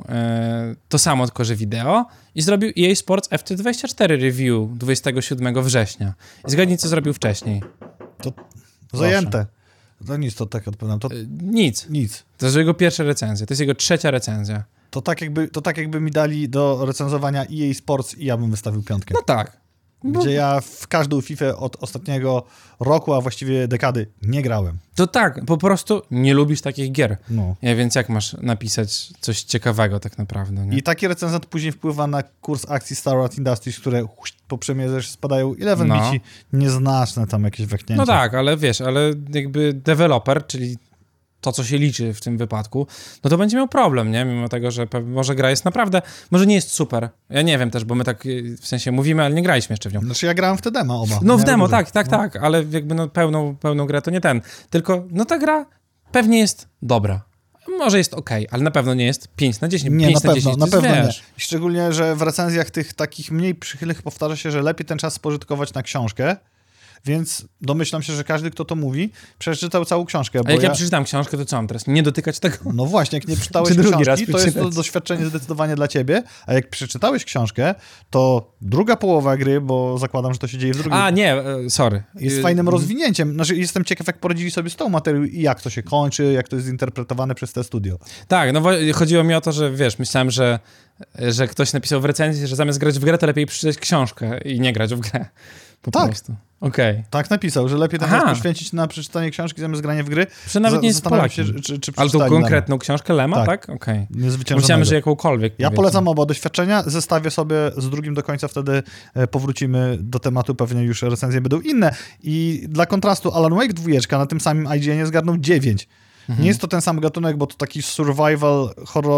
to samo, tylko że wideo i zrobił EA Sports FC24 Review 27 września. I zgadnij, co zrobił wcześniej. To zajęte. To nic, to tak odpowiadam. To Nic. To jest jego pierwsza recenzja. To jest jego 3. recenzja. To tak jakby mi dali do recenzowania EA Sports i ja bym wystawił 5. No tak. Gdzie ja w każdą FIFA od ostatniego roku, a właściwie dekady nie grałem. To tak, po prostu nie lubisz takich gier. No. Więc jak masz napisać coś ciekawego tak naprawdę, nie? I taki recenzent później wpływa na kurs akcji Star Wars Industries, które po premierze spadają 11 bici, nieznaczne tam jakieś wehnięcia. No tak, ale wiesz, ale jakby deweloper, czyli to, co się liczy w tym wypadku, no to będzie miał problem, nie? Mimo tego, że może gra jest naprawdę, może nie jest super. Ja nie wiem też, bo my tak w sensie mówimy, ale nie graliśmy jeszcze w nią. Znaczy ja grałem w te demo oba. No w demo, tak, ale jakby pełną grę to nie ten. Tylko, ta gra pewnie jest dobra. Może jest okej, ale na pewno nie jest 5 na 10. Nie, 5 na pewno nie. Szczególnie, że w recenzjach tych takich mniej przychylnych powtarza się, że lepiej ten czas spożytkować na książkę, więc domyślam się, że każdy, kto to mówi, przeczytał całą książkę. A jak ja przeczytam książkę, to co mam teraz? Nie dotykać tego? No właśnie, jak nie czytałeś książki, to jest to doświadczenie zdecydowanie dla ciebie, a jak przeczytałeś książkę, to druga połowa gry, bo zakładam, że to się dzieje w drugiej... A, nie, sorry. Jest fajnym rozwinięciem. Znaczy, jestem ciekaw, jak poradzili sobie z tą materią i jak to się kończy, jak to jest zinterpretowane przez te studio. Tak, no chodziło mi o to, że wiesz, myślałem, że ktoś napisał w recenzji, że zamiast grać w grę, to lepiej przeczytać książkę i nie grać w grę. Po prostu. Okej. Tak napisał, że lepiej ten czas poświęcić na przeczytanie książki zamiast grania w gry. Że nawet nie jest Polakiem. Czy ale tą konkretną książkę Lema, tak? Okej. Myślałem, że jakąkolwiek. Ja polecam oba doświadczenia, zestawię sobie z drugim do końca, wtedy powrócimy do tematu, pewnie już recenzje będą inne. I dla kontrastu Alan Wake 2 na tym samym IGN zgarnął 9. Nie jest to ten sam gatunek, bo to taki survival,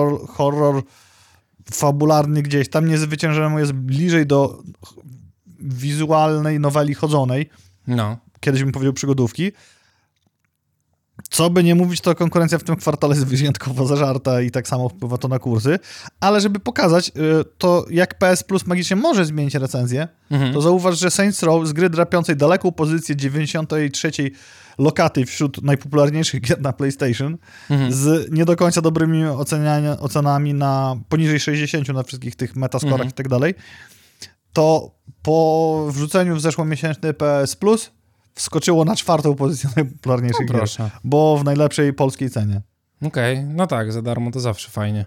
horror fabularny gdzieś. Tam niezwyciężonemu jest bliżej do wizualnej noweli chodzonej. No. Kiedyś bym powiedział przygodówki. Co by nie mówić, to konkurencja w tym kwartale jest wyjątkowo zażarta i tak samo wpływa to na kursy. Ale żeby pokazać to, jak PS Plus magicznie może zmienić recenzję, to zauważ, że Saints Row z gry drapiącej daleką pozycję 93 lokaty wśród najpopularniejszych gier na PlayStation z nie do końca dobrymi ocenami na poniżej 60 na wszystkich tych metascorach i tak dalej, to po wrzuceniu w zeszłomiesięczny PS Plus wskoczyło na 4. pozycję najpopularniejszych gier, bo w najlepszej polskiej cenie. Okej, no tak, za darmo to zawsze fajnie.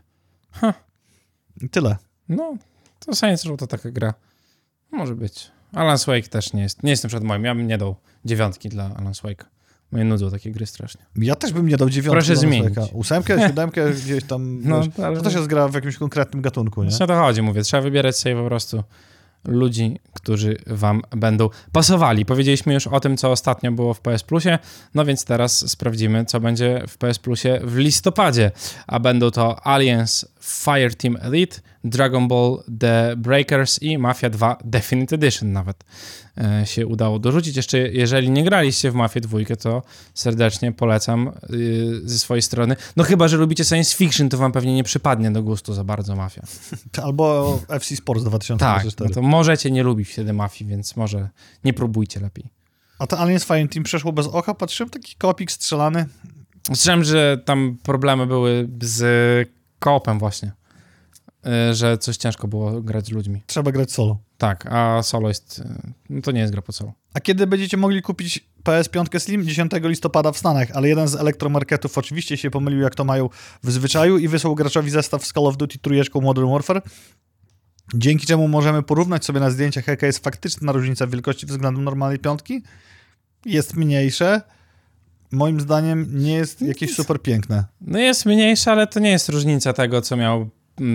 I tyle. No, to Saints Row to taka gra. Może być. Alan Wake też nie jest. Nie jestem przed moim. Ja bym nie dał 9 dla Alan Wake. Mnie nudzą takie gry strasznie. Ja też bym nie dał 9. Proszę zmienić. 8, 7 gdzieś tam. No, ale... To też jest gra w jakimś konkretnym gatunku, nie? Właśnie o to chodzi, mówię. Trzeba wybierać sobie po prostu ludzi, którzy wam będą pasowali. Powiedzieliśmy już o tym, co ostatnio było w PS Plusie, no więc teraz sprawdzimy, co będzie w PS Plusie w listopadzie. A będą to Aliens Fireteam Elite, Dragon Ball The Breakers i Mafia 2 Definitive Edition nawet się udało dorzucić. Jeszcze jeżeli nie graliście w Mafię 2, to serdecznie polecam ze swojej strony. No chyba, że lubicie science fiction, to wam pewnie nie przypadnie do gustu za bardzo Mafia. Albo FC Sports 2024. Tak, no to możecie nie lubić wtedy Mafii, więc może nie próbujcie lepiej. A to Aliens Fireteam przeszło bez oka? Patrzyłem, taki kopik strzelany. Słyszałem, że tam problemy były z koopem właśnie. Że coś ciężko było grać z ludźmi. Trzeba grać solo. Tak, a solo jest... No to nie jest gra po solo. A kiedy będziecie mogli kupić PS5 Slim? 10 listopada w Stanach, ale jeden z elektromarketów oczywiście się pomylił, jak to mają w zwyczaju i wysłał graczowi zestaw z Call of Duty 3 Modern Warfare, dzięki czemu możemy porównać sobie na zdjęciach, jaka jest faktyczna różnica wielkości względem normalnej piątki. Jest mniejsze. moim zdaniem nie jest jakieś super piękne. No jest mniejsze, ale to nie jest różnica tego, co miał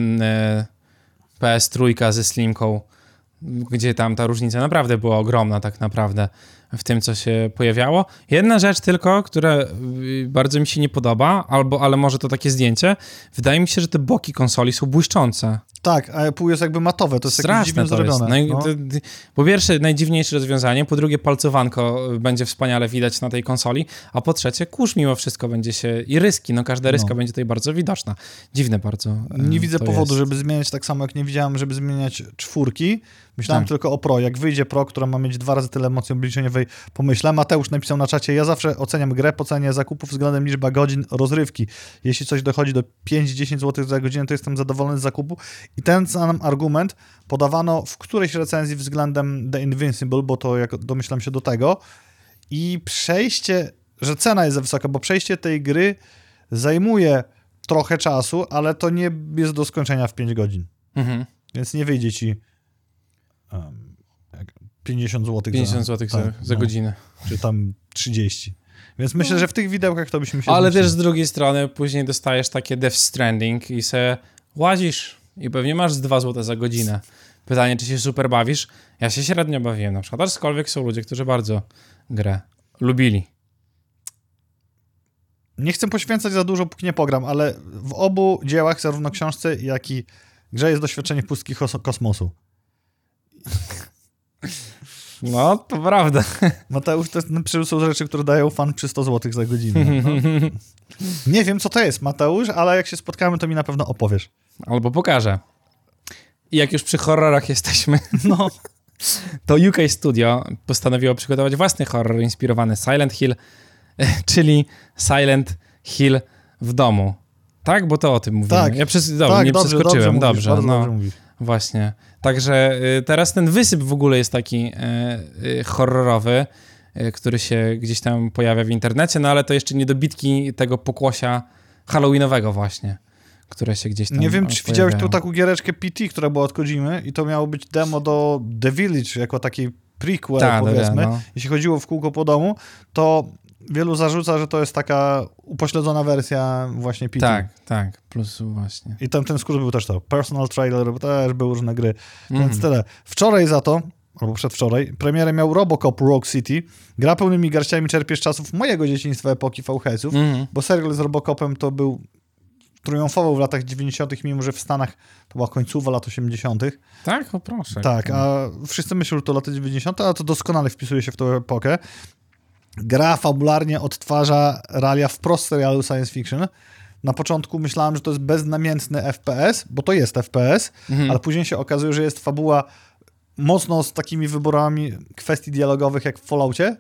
PS3 ze Slimką, gdzie tam ta różnica naprawdę była ogromna tak naprawdę w tym, co się pojawiało. Jedna rzecz tylko, która bardzo mi się nie podoba, ale może to takie zdjęcie, wydaje mi się, że te boki konsoli są błyszczące. Tak, a pół jest jakby matowe, to jest jakieś dziwnie zrobione. Po pierwsze, najdziwniejsze rozwiązanie, po drugie, palcowanko będzie wspaniale widać na tej konsoli, a po trzecie, kurz mimo wszystko będzie się, i ryski, każda ryska będzie tutaj bardzo widoczna. Dziwne bardzo. Nie widzę powodu, żeby zmieniać tak samo, jak nie widziałem, żeby zmieniać 4. Myślałem tylko o Pro. Jak wyjdzie Pro, która ma mieć 2 razy tyle mocy obliczeniowej, pomyślę. Mateusz napisał na czacie, ja zawsze oceniam grę po cenie zakupów względem liczby godzin rozrywki. Jeśli coś dochodzi do 5-10 zł za godzinę, to jestem zadowolony z zakupu. I ten sam argument podawano w którejś recenzji względem The Invincible, bo to jak domyślam się do tego. I przejście, że cena jest za wysoka, bo przejście tej gry zajmuje trochę czasu, ale to nie jest do skończenia w 5 godzin. Więc nie wyjdzie ci 50 zł 50 zł za godzinę. Czy tam 30. Więc myślę, że w tych widełkach to byśmy się... Ale też z drugiej strony później dostajesz takie Death Stranding i se łazisz i pewnie masz z 2 zł za godzinę. Pytanie, czy się super bawisz? Ja się średnio bawiłem na przykład, aczkolwiek są ludzie, którzy bardzo grę lubili. Nie chcę poświęcać za dużo, póki nie pogram, ale w obu dziełach, zarówno książce, jak i grze jest doświadczenie pustki kosmosu. No, to prawda. Mateusz, to są rzeczy, które dają fan przy 100 zł za godzinę. No. Nie wiem, co to jest, Mateusz, ale jak się spotkamy, to mi na pewno opowiesz. Albo pokażę. I jak już przy horrorach jesteśmy, no, to UK Studio postanowiło przygotować własny horror inspirowany Silent Hill, czyli Silent Hill w domu. Tak? Bo to o tym mówimy. Tak. Ja nie przeskoczyłem. Dobrze, dobrze mówisz. Właśnie. Także teraz ten wysyp w ogóle jest taki horrorowy, który się gdzieś tam pojawia w internecie, no ale to jeszcze niedobitki tego pokłosia halloweenowego właśnie, które się gdzieś tam Nie wiem, czy pojawiają. widziałeś tu taką giereczkę PT, która była od Kojimy i to miało być demo do The Village, jako taki prequel, powiedzmy. Jeśli chodziło w kółko po domu, to wielu zarzuca, że to jest taka upośledzona wersja właśnie PT. Tak, plus właśnie. I tam ten skrót był też to. Personal trailer, bo też były różne gry. Więc tyle. Wczoraj za to, albo przedwczoraj, premierę miał Robocop Rogue City. Gra pełnymi garściami czerpie z czasów mojego dzieciństwa, epoki VHS-ów, bo serial z Robocopem to był triumfował w latach 90., mimo że w Stanach to była końcówa lat 80. Tak? O proszę. Tak, a wszyscy myślą, że to lata 90., a to doskonale wpisuje się w tę epokę. Gra fabularnie odtwarza realia wprost serialu science fiction. Na początku myślałem, że to jest beznamiętny FPS, bo to jest FPS, ale później się okazuje, że jest fabuła mocno z takimi wyborami kwestii dialogowych jak w Falloutie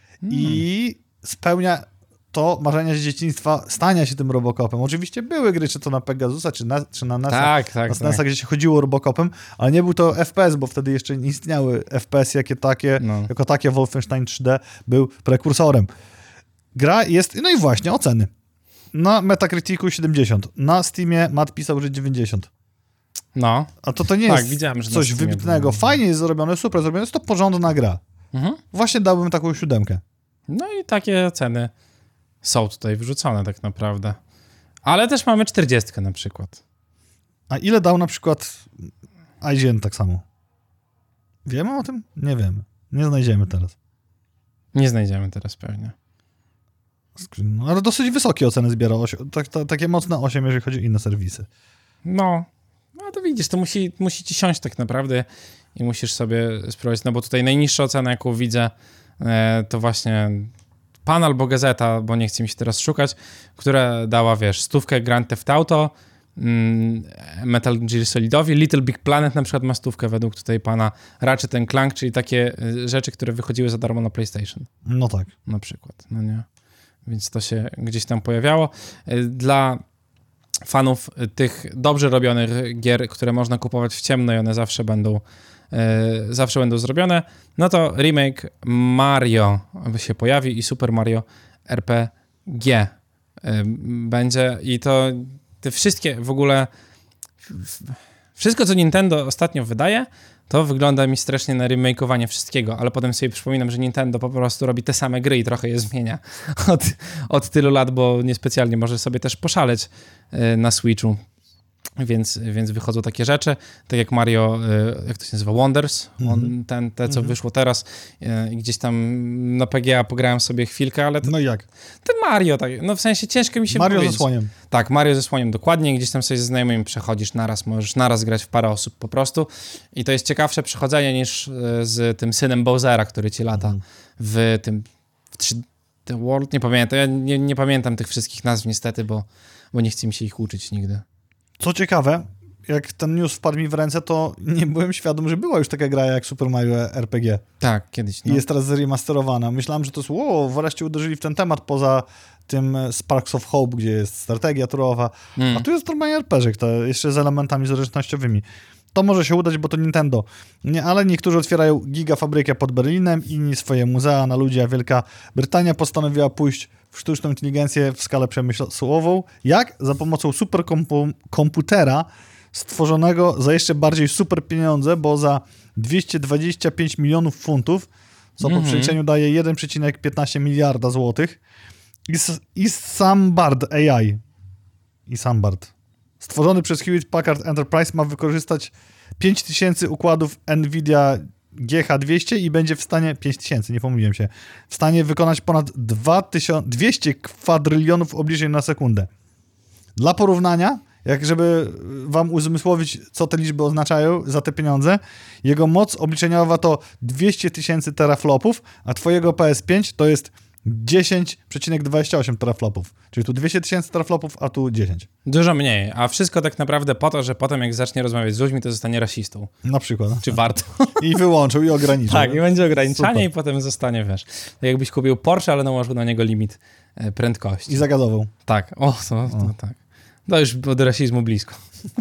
i spełnia to marzenia z dzieciństwa stania się tym Robocopem. Oczywiście były gry, czy to na Pegasusa, czy na NES-a, na SNES-a, gdzie się chodziło Robocopem, ale nie był to FPS, bo wtedy jeszcze nie istniały FPS jako takie Wolfenstein 3D był prekursorem. Gra jest, no i właśnie, oceny. Na Metacriticu 70, na Steamie Matt pisał, że 90. No. A to nie jest widziałem, że coś wybitnego. Fajnie jest zrobione, super zrobione, jest to porządna gra. Właśnie dałbym taką 7. No i takie ceny są tutaj wyrzucone tak naprawdę. Ale też mamy 40 na przykład. A ile dał na przykład IGN tak samo? Wiemy o tym? Nie wiemy. Nie znajdziemy teraz. Nie znajdziemy teraz pewnie. No, ale dosyć wysokie oceny zbiera. Takie mocne 8, jeżeli chodzi o inne serwisy. No to widzisz, to musi ci siąść tak naprawdę i musisz sobie spróbować, no bo tutaj najniższa ocena, jaką widzę, to właśnie Pan albo Gazeta, bo nie chce mi się teraz szukać, która dała, 100 Grand Theft Auto, Metal Gear Solidowi, Little Big Planet na przykład ma 100 według tutaj pana, Ratchet & Clank, czyli takie rzeczy, które wychodziły za darmo na PlayStation. No tak. Na przykład, no nie. Więc to się gdzieś tam pojawiało. Dla fanów tych dobrze robionych gier, które można kupować w ciemno i one zawsze będą zrobione, no to remake Mario się pojawi i Super Mario RPG będzie i to te wszystkie w ogóle wszystko, co Nintendo ostatnio wydaje, to wygląda mi strasznie na remakeowanie wszystkiego, ale potem sobie przypominam, że Nintendo po prostu robi te same gry i trochę je zmienia od tylu lat, bo niespecjalnie może sobie też poszaleć na Switchu. Więc wychodzą takie rzeczy, tak jak Mario, jak to się nazywa, Wonders, co wyszło teraz i gdzieś tam na PGA pograłem sobie chwilkę, ale... No i jak? Ten Mario, tak, no w sensie ciężko mi się Mario powiedzieć. ze słoniem. Tak, Mario ze słoniem, dokładnie, gdzieś tam sobie ze znajomymi przechodzisz naraz, możesz naraz grać w parę osób po prostu i to jest ciekawsze przechodzenie niż z tym synem Bowsera, który ci lata w tym... The World, nie pamiętam, ja nie pamiętam tych wszystkich nazw niestety, bo nie chce mi się ich uczyć nigdy. Co ciekawe, jak ten news wpadł mi w ręce, to nie byłem świadom, że była już taka gra jak Super Mario RPG. Tak, kiedyś. I jest teraz zremasterowana. Myślałem, że to jest, wreszcie uderzyli w ten temat poza tym Sparks of Hope, gdzie jest strategia turowa, a tu jest normalnie RPG, to jeszcze z elementami zręcznościowymi. To może się udać, bo to Nintendo. Nie, ale niektórzy otwierają gigafabrykę pod Berlinem, inni swoje muzea na ludzi, a Wielka Brytania postanowiła pójść w sztuczną inteligencję w skalę przemysłową. Jak? Za pomocą superkomputera stworzonego za jeszcze bardziej super pieniądze, bo za 225 milionów funtów, co po przeliczeniu daje 1,15 miliarda złotych. I Sambard AI. I Sambard. Stworzony przez Hewlett Packard Enterprise ma wykorzystać 5000 układów NVIDIA GH200 i będzie w stanie, 5000, nie pomyliłem się, w stanie wykonać ponad 200 kwadrylionów obliczeń na sekundę. Dla porównania, jak żeby wam uzmysłowić, co te liczby oznaczają za te pieniądze, jego moc obliczeniowa to 200 000 teraflopów, a twojego PS5 to jest 10,28 teraflopów. Czyli tu 200 000 teraflopów, a tu 10. Dużo mniej, a wszystko tak naprawdę po to, że potem jak zacznie rozmawiać z ludźmi, to zostanie rasistą. Na przykład. Czy warto? I wyłączył, i ograniczył. Tak, i będzie ograniczanie. Super. I potem zostanie, wiesz, tak jakbyś kupił Porsche, ale nałożył na niego limit prędkości. I zagazował. Tak, tak. To już od rasizmu blisko.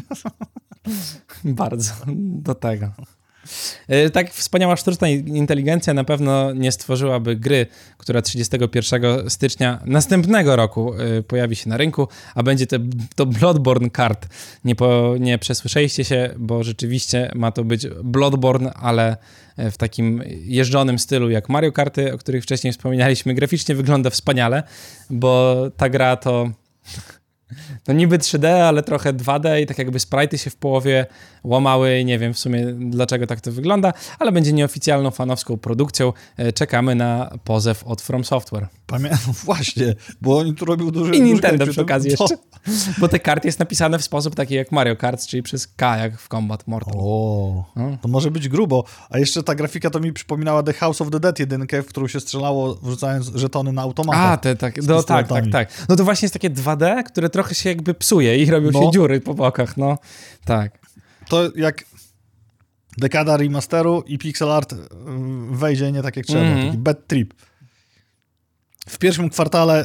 Bardzo do tego. Tak wspaniała sztuczna inteligencja na pewno nie stworzyłaby gry, która 31 stycznia następnego roku pojawi się na rynku, a będzie to Bloodborne Kart. Nie przesłyszeliście się, bo rzeczywiście ma to być Bloodborne, ale w takim jeżdżonym stylu jak Mario Karty, o których wcześniej wspominaliśmy. Graficznie wygląda wspaniale, bo ta gra to... No niby 3D, ale trochę 2D i tak jakby sprite'y się w połowie łamały i nie wiem w sumie dlaczego tak to wygląda, ale będzie nieoficjalną fanowską produkcją. Czekamy na pozew od From Software. Pamiętam, właśnie, bo oni tu robią duży... I Nintendo przy okazji jeszcze. Bo te karty jest napisane w sposób taki jak Mario Kart, czyli przez K jak w Combat Mortal. To może być grubo. A jeszcze ta grafika to mi przypominała The House of the Dead 1, w którą się strzelało wrzucając żetony na automatach. Tak. No to właśnie jest takie 2D, które trochę się jakby psuje i robią się dziury po bokach, no. Tak. To jak dekada remasteru i pixel art wejdzie nie tak jak trzeba. Taki bad trip. W pierwszym kwartale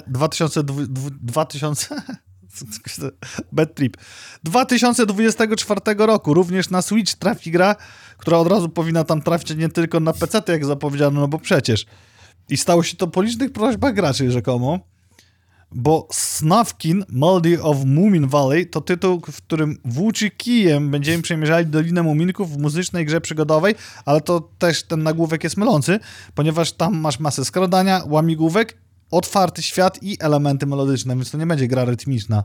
2024 roku również na Switch trafi gra, która od razu powinna tam trafić nie tylko na PC-ty, jak zapowiedziano, no bo przecież. I stało się to po licznych prośbach graczy rzekomo, bo Snufkin Melody of Moomin Valley to tytuł, w którym włóczy kijem będziemy przemierzali Dolinę Muminków w muzycznej grze przygodowej, ale to też ten nagłówek jest mylący, ponieważ tam masz masę skradania, łamigłówek, otwarty świat i elementy melodyczne, więc to nie będzie gra rytmiczna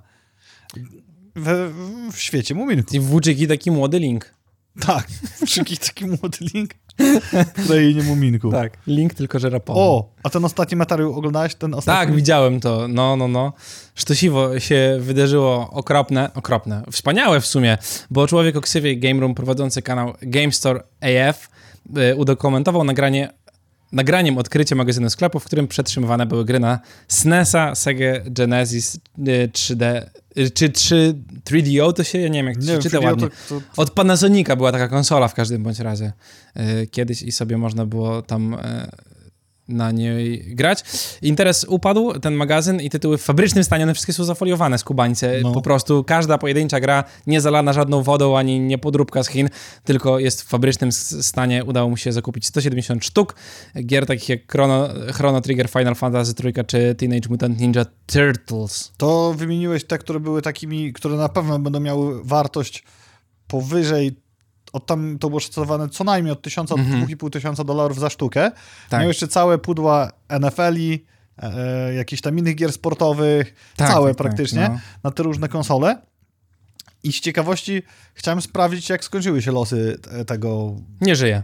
w świecie Muminków. I włóczyki taki młody Link. Tak, włóczyki taki młody Link w krainie Muminków. Tak, Link tylko że rapowy. A ten ostatni materiał oglądałeś? Ten ostatni? Tak, widziałem to. No. Sztosiwo się wydarzyło okropne. Wspaniałe w sumie, bo człowiek o ksywie Game Room prowadzący kanał Game Store AF udokumentował nagraniem odkrycie magazynu sklepu, w którym przetrzymywane były gry na SNES-a, Sega Genesis 3D, czy 3DO to się, ja nie wiem jak to się czyta ładnie. Od Panasonica była taka konsola w każdym bądź razie kiedyś i sobie można było tam na niej grać. Interes upadł, ten magazyn i tytuły w fabrycznym stanie, one wszystkie są zafoliowane z Kubańce. Po prostu każda pojedyncza gra nie zalana żadną wodą, ani nie podróbka z Chin, tylko jest w fabrycznym stanie. Udało mu się zakupić 170 sztuk gier takich jak Chrono Trigger, Final Fantasy III czy Teenage Mutant Ninja Turtles. To wymieniłeś te, które były takimi, które na pewno będą miały wartość powyżej tam to było szacowane co najmniej od 1000 do $2500 za sztukę. Tak. Miał jeszcze całe pudła NFL-i, jakichś tam innych gier sportowych, całe praktycznie, na te różne konsole. I z ciekawości chciałem sprawdzić, jak skończyły się losy tego... Nie żyje.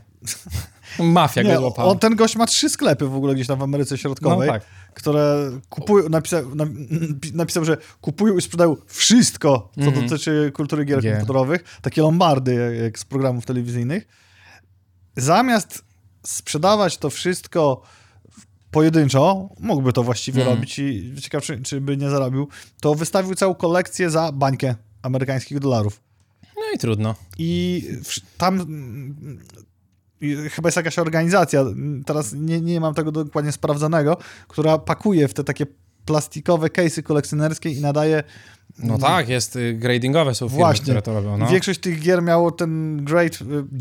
Mafia go złapała. Ten gość ma 3 sklepy w ogóle gdzieś tam w Ameryce Środkowej, które kupują, napisał, że kupują i sprzedają wszystko, co dotyczy kultury gier komputerowych. Takie lombardy, jak z programów telewizyjnych. Zamiast sprzedawać to wszystko pojedynczo, mógłby to właściwie robić i ciekaw, czy by nie zarobił, to wystawił całą kolekcję za bańkę amerykańskich dolarów. No i trudno. I tam chyba jest jakaś organizacja, teraz nie mam tego dokładnie sprawdzonego, która pakuje w te takie plastikowe case'y kolekcjonerskie i nadaje... No tak, gradingowe są firmy, które to robią. No. Większość tych gier miało ten grade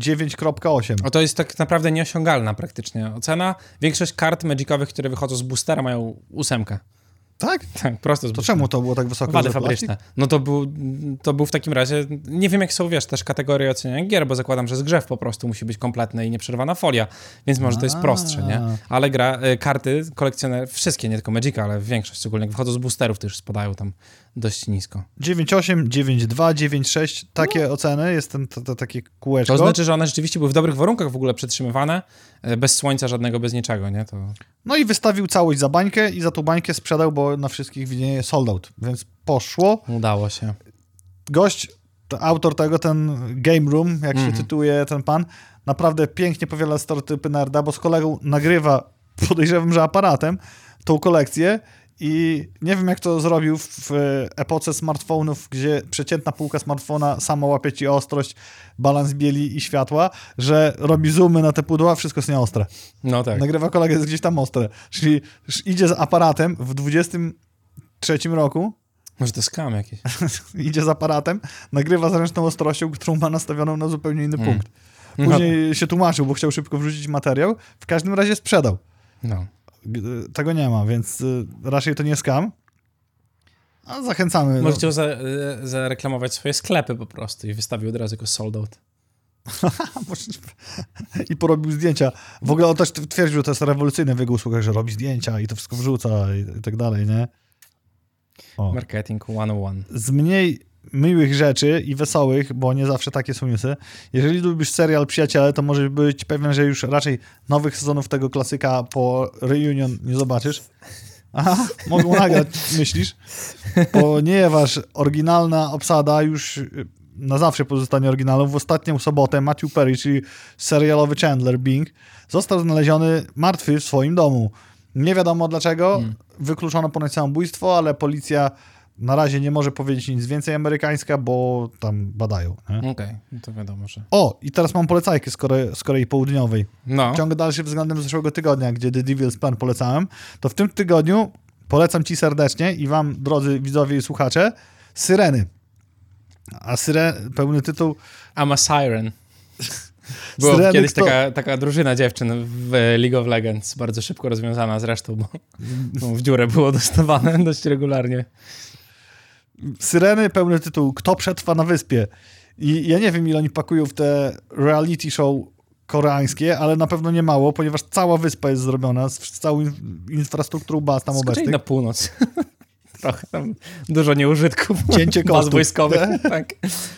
9.8. To jest tak naprawdę nieosiągalna praktycznie ocena. Większość kart magicowych, które wychodzą z boostera, mają 8. Tak? Tak, prosto z To czemu to było tak wysoko? Wady fabryczne. No to był w takim razie, nie wiem jak są, też kategorie oceniania gier, bo zakładam, że zgrzew po prostu musi być kompletny i nieprzerwana folia, więc może to jest prostsze, nie? Ale karty kolekcjoner, wszystkie, nie tylko Magica, ale większość, szczególnie jak wychodzą z boosterów, to już spadają tam dość nisko. 9.8, 9.2, 9.6, takie oceny, jest takie kółeczko. To znaczy, że one rzeczywiście były w dobrych warunkach w ogóle przetrzymywane, bez słońca żadnego, bez niczego, nie? No i wystawił całość za bańkę i za tą bańkę sprzedał, bo na wszystkich widnieje sold out, więc poszło. Udało się. Gość, autor tego, ten Game Room, jak się tytułuje ten pan, naprawdę pięknie powiela stereotypy nerda, bo z kolegą nagrywa, podejrzewam, że aparatem, tą kolekcję i nie wiem, jak to zrobił w epoce smartfonów, gdzie przeciętna półka smartfona sama łapie ci ostrość, balans bieli i światła, że robi zoomy na te pudła, wszystko jest nieostre. No tak. Nagrywa kolegę, jest gdzieś tam ostre. Czyli idzie z aparatem w 23 roku. Może to skam jakiś. Idzie z aparatem, nagrywa z ręczną ostrością, którą ma nastawioną na zupełnie inny punkt. Później się tłumaczył, bo chciał szybko wrzucić materiał. W każdym razie sprzedał. No. Tego nie ma, więc raczej to nie skam. A zachęcamy. Może chciał zareklamować swoje sklepy po prostu i wystawił od razu jako sold out. I porobił zdjęcia. W ogóle on też twierdził, że to jest rewolucyjne w jego usługach, że robi zdjęcia i to wszystko wrzuca i tak dalej, nie? Marketing 101. Z mniej miłych rzeczy i wesołych, bo nie zawsze takie są newsy. Jeżeli lubisz serial Przyjaciele, to możesz być pewien, że już raczej nowych sezonów tego klasyka po reunion nie zobaczysz. Aha, mogą nagrać, myślisz? Ponieważ oryginalna obsada już na zawsze pozostanie oryginalną. W ostatnią sobotę Matthew Perry, czyli serialowy Chandler Bing, został znaleziony martwy w swoim domu. Nie wiadomo dlaczego. Wykluczono ponoć samobójstwo, ale policja na razie nie może powiedzieć nic więcej amerykańska, bo tam badają. Okej, to wiadomo, że... I teraz mam polecajkę z Korei Południowej. No. Ciąg dalszy względem zeszłego tygodnia, gdzie The Devil's Plan polecałem, to w tym tygodniu polecam ci serdecznie i wam, drodzy widzowie i słuchacze, Syreny. A pełny tytuł... I'm a Siren. Była Syreny, kiedyś taka drużyna dziewczyn w League of Legends, bardzo szybko rozwiązana zresztą, bo w dziurę było dostawane dość regularnie. Syreny, pełny tytuł Kto przetrwa na wyspie? I ja nie wiem, ile oni pakują w te reality show koreańskie, ale na pewno nie mało, ponieważ cała wyspa jest zrobiona z całą infrastrukturą baz tam obecnych. na północ. Trochę tam dużo nieużytków. Cięcie baz kosztów. wojskowych. Tak.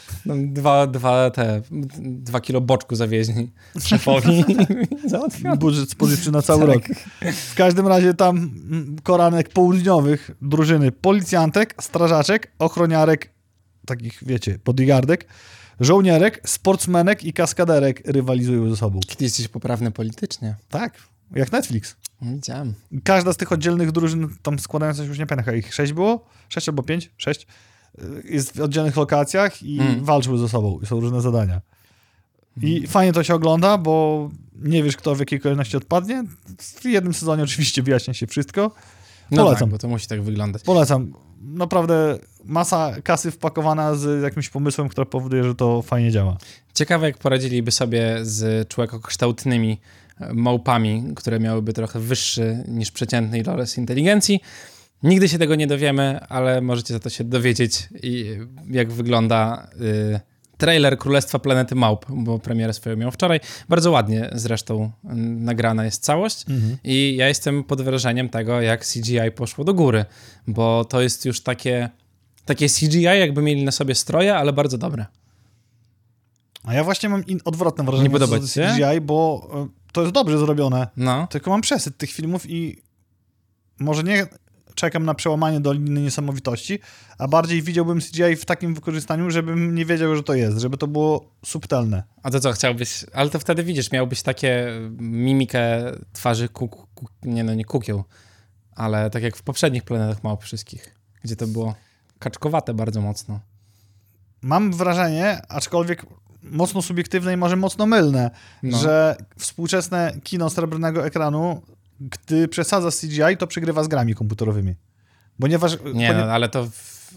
2 kilo boczku zawieźli szefowi. Budżet spożywczy na cały rok. W każdym razie tam koranek południowych drużyny policjantek, strażaczek, ochroniarek, takich wiecie, bodyguardek, żołnierek, sportsmenek i kaskaderek rywalizują ze sobą. Ty jesteś poprawny politycznie. Tak, jak Netflix. Widziałem. Każda z tych oddzielnych drużyn, tam składających się już nie pamiętam, ich 6 było? 6 albo 5? 6? Jest w oddzielnych lokacjach i walczyły ze sobą. Są różne zadania. I fajnie to się ogląda, bo nie wiesz, kto w jakiej kolejności odpadnie. W jednym sezonie oczywiście wyjaśnia się wszystko. Polecam. No tak, bo to musi tak wyglądać. Polecam. Naprawdę masa kasy wpakowana z jakimś pomysłem, który powoduje, że to fajnie działa. Ciekawe, jak poradziliby sobie z człowiekokształtnymi małpami, które miałyby trochę wyższy niż przeciętny ilość inteligencji. Nigdy się tego nie dowiemy, ale możecie za to się dowiedzieć, jak wygląda trailer Królestwa Planety Małp, bo premierę swoją miał wczoraj. Bardzo ładnie zresztą nagrana jest całość i ja jestem pod wrażeniem tego, jak CGI poszło do góry, bo to jest już takie CGI, jakby mieli na sobie stroje, ale bardzo dobre. A ja właśnie mam odwrotne wrażenie. Nie podoba ci się? CGI, bo to jest dobrze zrobione. No. Tylko mam przesyt tych filmów i może nie czekam na przełamanie do linii niesamowitości, a bardziej widziałbym CGI w takim wykorzystaniu, żebym nie wiedział, że to jest, żeby to było subtelne. A to co, chciałbyś... Ale to wtedy widzisz, miałbyś takie mimikę twarzy nie kukieł, ale tak jak w poprzednich Planetach Małp wszystkich, gdzie to było kaczkowate bardzo mocno. Mam wrażenie, aczkolwiek mocno subiektywne i może mocno mylne, że współczesne kino srebrnego ekranu, gdy przesadza z CGI, to przegrywa z grami komputerowymi. Ale to...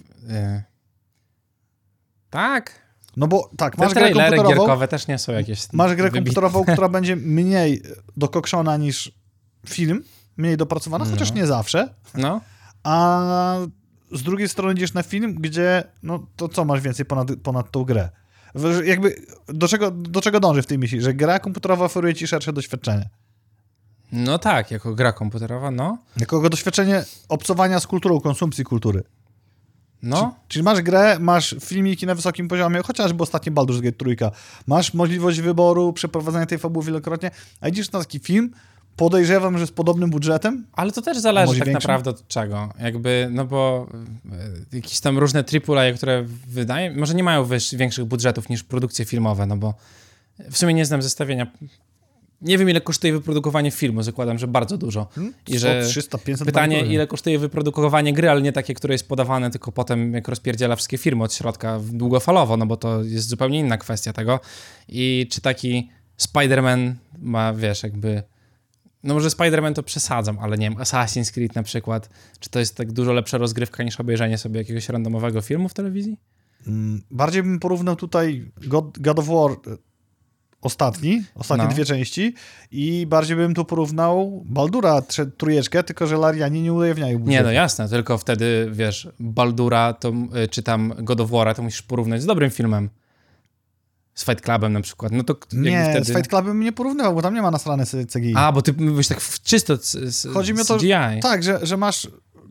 Tak. No bo tak, masz grę komputerową... gierkowe też nie są jakieś... Masz grę komputerową, która będzie mniej dokokszona niż film, mniej dopracowana, chociaż nie zawsze. No. A z drugiej strony idziesz na film, gdzie no to co masz więcej ponad tą grę? Jakby do czego dąży w tej myśli? Że gra komputerowa oferuje ci szersze doświadczenie. No tak, jako gra komputerowa, no. Jako doświadczenie obcowania z kulturą, konsumpcji kultury. No. Czyli masz grę, masz filmiki na wysokim poziomie, chociażby ostatni Baldur's Gate 3. Masz możliwość wyboru, przeprowadzania tej fabuły wielokrotnie, a idziesz na taki film, podejrzewam, że z podobnym budżetem. Ale to też zależy tak naprawdę od czego. Jakby, no bo jakieś tam różne AAA, które wydają, może nie mają większych budżetów niż produkcje filmowe, no bo w sumie nie znam zestawienia. Nie wiem, ile kosztuje wyprodukowanie filmu, zakładam, że bardzo dużo. 100, 300, 500 pytanie, ile kosztuje wyprodukowanie gry, ale nie takie, które jest podawane, tylko potem jak rozpierdziela wszystkie firmy od środka długofalowo, no bo to jest zupełnie inna kwestia tego. I czy taki Spider-Man ma, wiesz, jakby... No może Spider-Man to przesadzam, ale nie wiem, Assassin's Creed na przykład, czy to jest tak dużo lepsza rozgrywka niż obejrzenie sobie jakiegoś randomowego filmu w telewizji? Bardziej bym porównał tutaj God of War ostatnie dwie części i bardziej bym tu porównał Baldura trójeczkę, tylko że Larianie nie ujawniają budżetu. Nie, no jasne, tylko wtedy, wiesz, Baldura to, czy tam God of War to musisz porównać z dobrym filmem. Z Fight Clubem na przykład. No to nie, wtedy... z Fight Clubem nie porównywał, bo tam nie ma nasrane CGI. A, bo ty mówisz tak czysto Chodzi mi o to, CGI. Tak, że masz...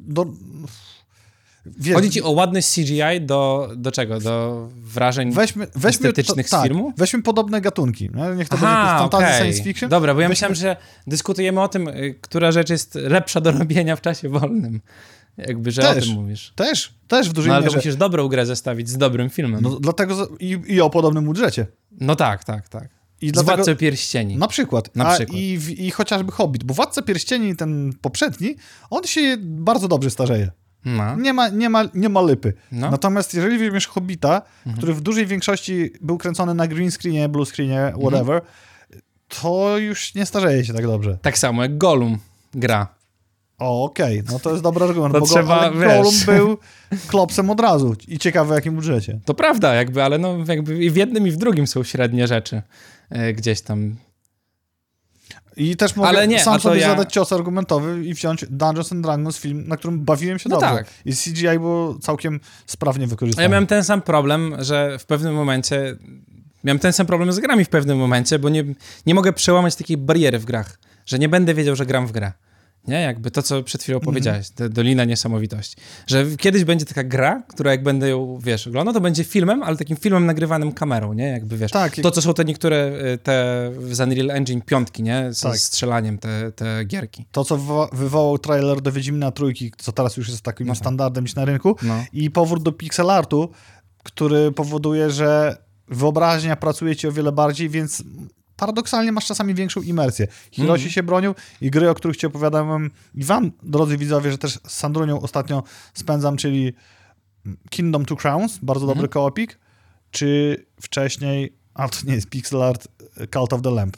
Wiesz, chodzi ci o ładność CGI do czego? Do wrażeń estetycznych z filmu? Weźmy podobne gatunki. Nie? Niech to będzie fantasy, science fiction. Dobra, bo ja myślałem, że dyskutujemy o tym, która rzecz jest lepsza do robienia w czasie wolnym. Jakby, że o tym mówisz. Też w dużej mierze. Ale musisz dobrą grę zestawić z dobrym filmem. No dlatego i o podobnym budżecie. No tak. I z Władcą Pierścieni. Na przykład. I chociażby Hobbit, bo Władca Pierścieni, ten poprzedni, on się bardzo dobrze starzeje. No. Nie ma lypy. No. Natomiast jeżeli weźmiesz Hobbita, który w dużej większości był kręcony na green screenie, blue screenie, whatever, to już nie starzeje się tak dobrze. Tak samo jak Gollum gra. O, okej. No to jest dobry argument, bo Gollum był klopsem od razu i ciekawe w jakim budżecie. To prawda, ale jakby i w jednym i w drugim są średnie rzeczy gdzieś tam. I też mogę sam sobie zadać cios argumentowy i wziąć Dungeons and Dragons, film, na którym bawiłem się dobrze. Tak. I CGI było całkiem sprawnie wykorzystane. Ja miałem ten sam problem, że w pewnym momencie... Miałem ten sam problem z grami w pewnym momencie, bo nie mogę przełamać takiej bariery w grach, że nie będę wiedział, że gram w grę. Nie? Jakby to, co przed chwilą powiedziałeś, Dolina Niesamowitości. Że kiedyś będzie taka gra, która jak będę ją, wiesz, oglądał, to będzie filmem, ale takim filmem nagrywanym kamerą, nie? Jakby, wiesz, tak. To, co są te niektóre, te z Unreal Engine 5, nie? Z strzelaniem, te gierki. To, co wywołał trailer do Wiedźmina Trójki, co teraz już jest takim standardem na rynku i powrót do pixel artu, który powoduje, że wyobraźnia pracuje ci o wiele bardziej, więc paradoksalnie masz czasami większą imersję. Hiroshi się bronią i gry, o których ci opowiadałem i wam, drodzy widzowie, że też z Sandrunią ostatnio spędzam, czyli Kingdom Two Crowns, bardzo dobry koopik, czy wcześniej, a to nie jest pixel art, Cult of the Lamb.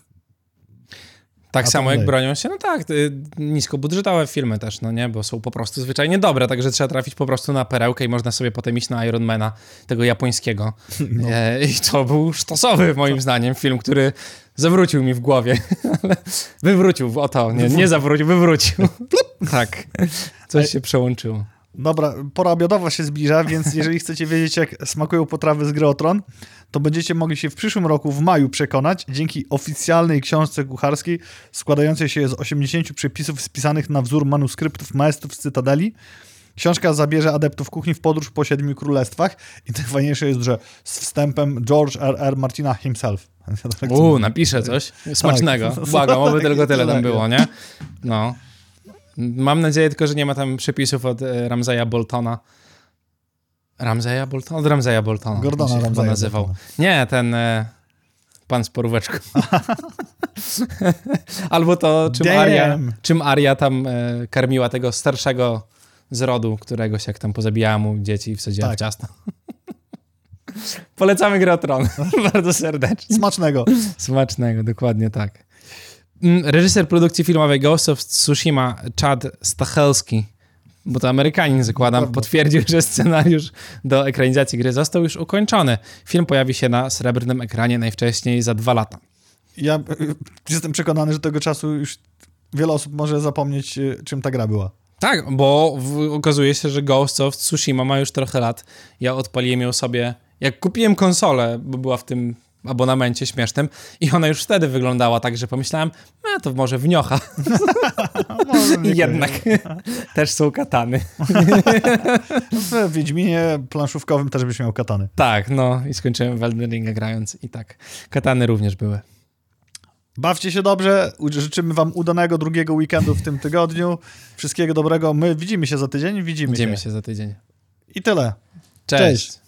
Tak samo jak bronią się, no tak, niskobudżetowe filmy też, no nie, bo są po prostu zwyczajnie dobre, także trzeba trafić po prostu na perełkę i można sobie potem iść na Ironmana, tego japońskiego. No. I to był sztosowy, moim zdaniem, film, który zawrócił mi w głowie, ale wywrócił, nie zawrócił, wywrócił. Tak, coś się przełączyło. Dobra, pora obiadowa się zbliża, więc jeżeli chcecie wiedzieć, jak smakują potrawy z Gry o Tron, to będziecie mogli się w przyszłym roku, w maju, przekonać dzięki oficjalnej książce kucharskiej składającej się z 80 przepisów spisanych na wzór manuskryptów maestrów z Cytadeli. Książka zabierze adeptów kuchni w podróż po 7 królestwach i najfajniejsze jest, że z wstępem George R.R. Martina himself. Napiszę coś smacznego. Tak. Błagam, oby tylko tyle tam było, nie? No. Mam nadzieję tylko, że nie ma tam przepisów od Ramsaya Boltona. Ramsaya Boltona? Od Ramsaya Boltona. Gordona Ramsaya nazywał. Boltona. Nie, ten pan z poróweczką. Albo to, czym Arya tam karmiła tego starszego z rodu, któregoś jak tam pozabijała mu dzieci i wsadziła w ciasto. Polecamy Grę o Tron. Bardzo serdecznie. Smacznego, dokładnie tak. Reżyser produkcji filmowej Ghost of Tsushima, Chad Stahelski, bo to Amerykanin, zakładam, potwierdził, że scenariusz do ekranizacji gry został już ukończony. Film pojawi się na srebrnym ekranie najwcześniej za 2 lata. Ja jestem przekonany, że tego czasu już wiele osób może zapomnieć, czym ta gra była. Tak, bo okazuje się, że Ghost of Tsushima ma już trochę lat. Ja odpaliłem ją sobie, jak kupiłem konsolę, bo była w tym abonamencie śmiesznym i ona już wtedy wyglądała tak, że pomyślałem, to może wniocha. I jednak też są katany. W Wiedźminie planszówkowym też byś miał katany. Tak, i skończyłem w Elden Ringa grając i tak. Katany również były. Bawcie się dobrze, życzymy wam udanego drugiego weekendu w tym tygodniu. Wszystkiego dobrego, my widzimy się za tydzień. Widzimy się za tydzień. I tyle. Cześć.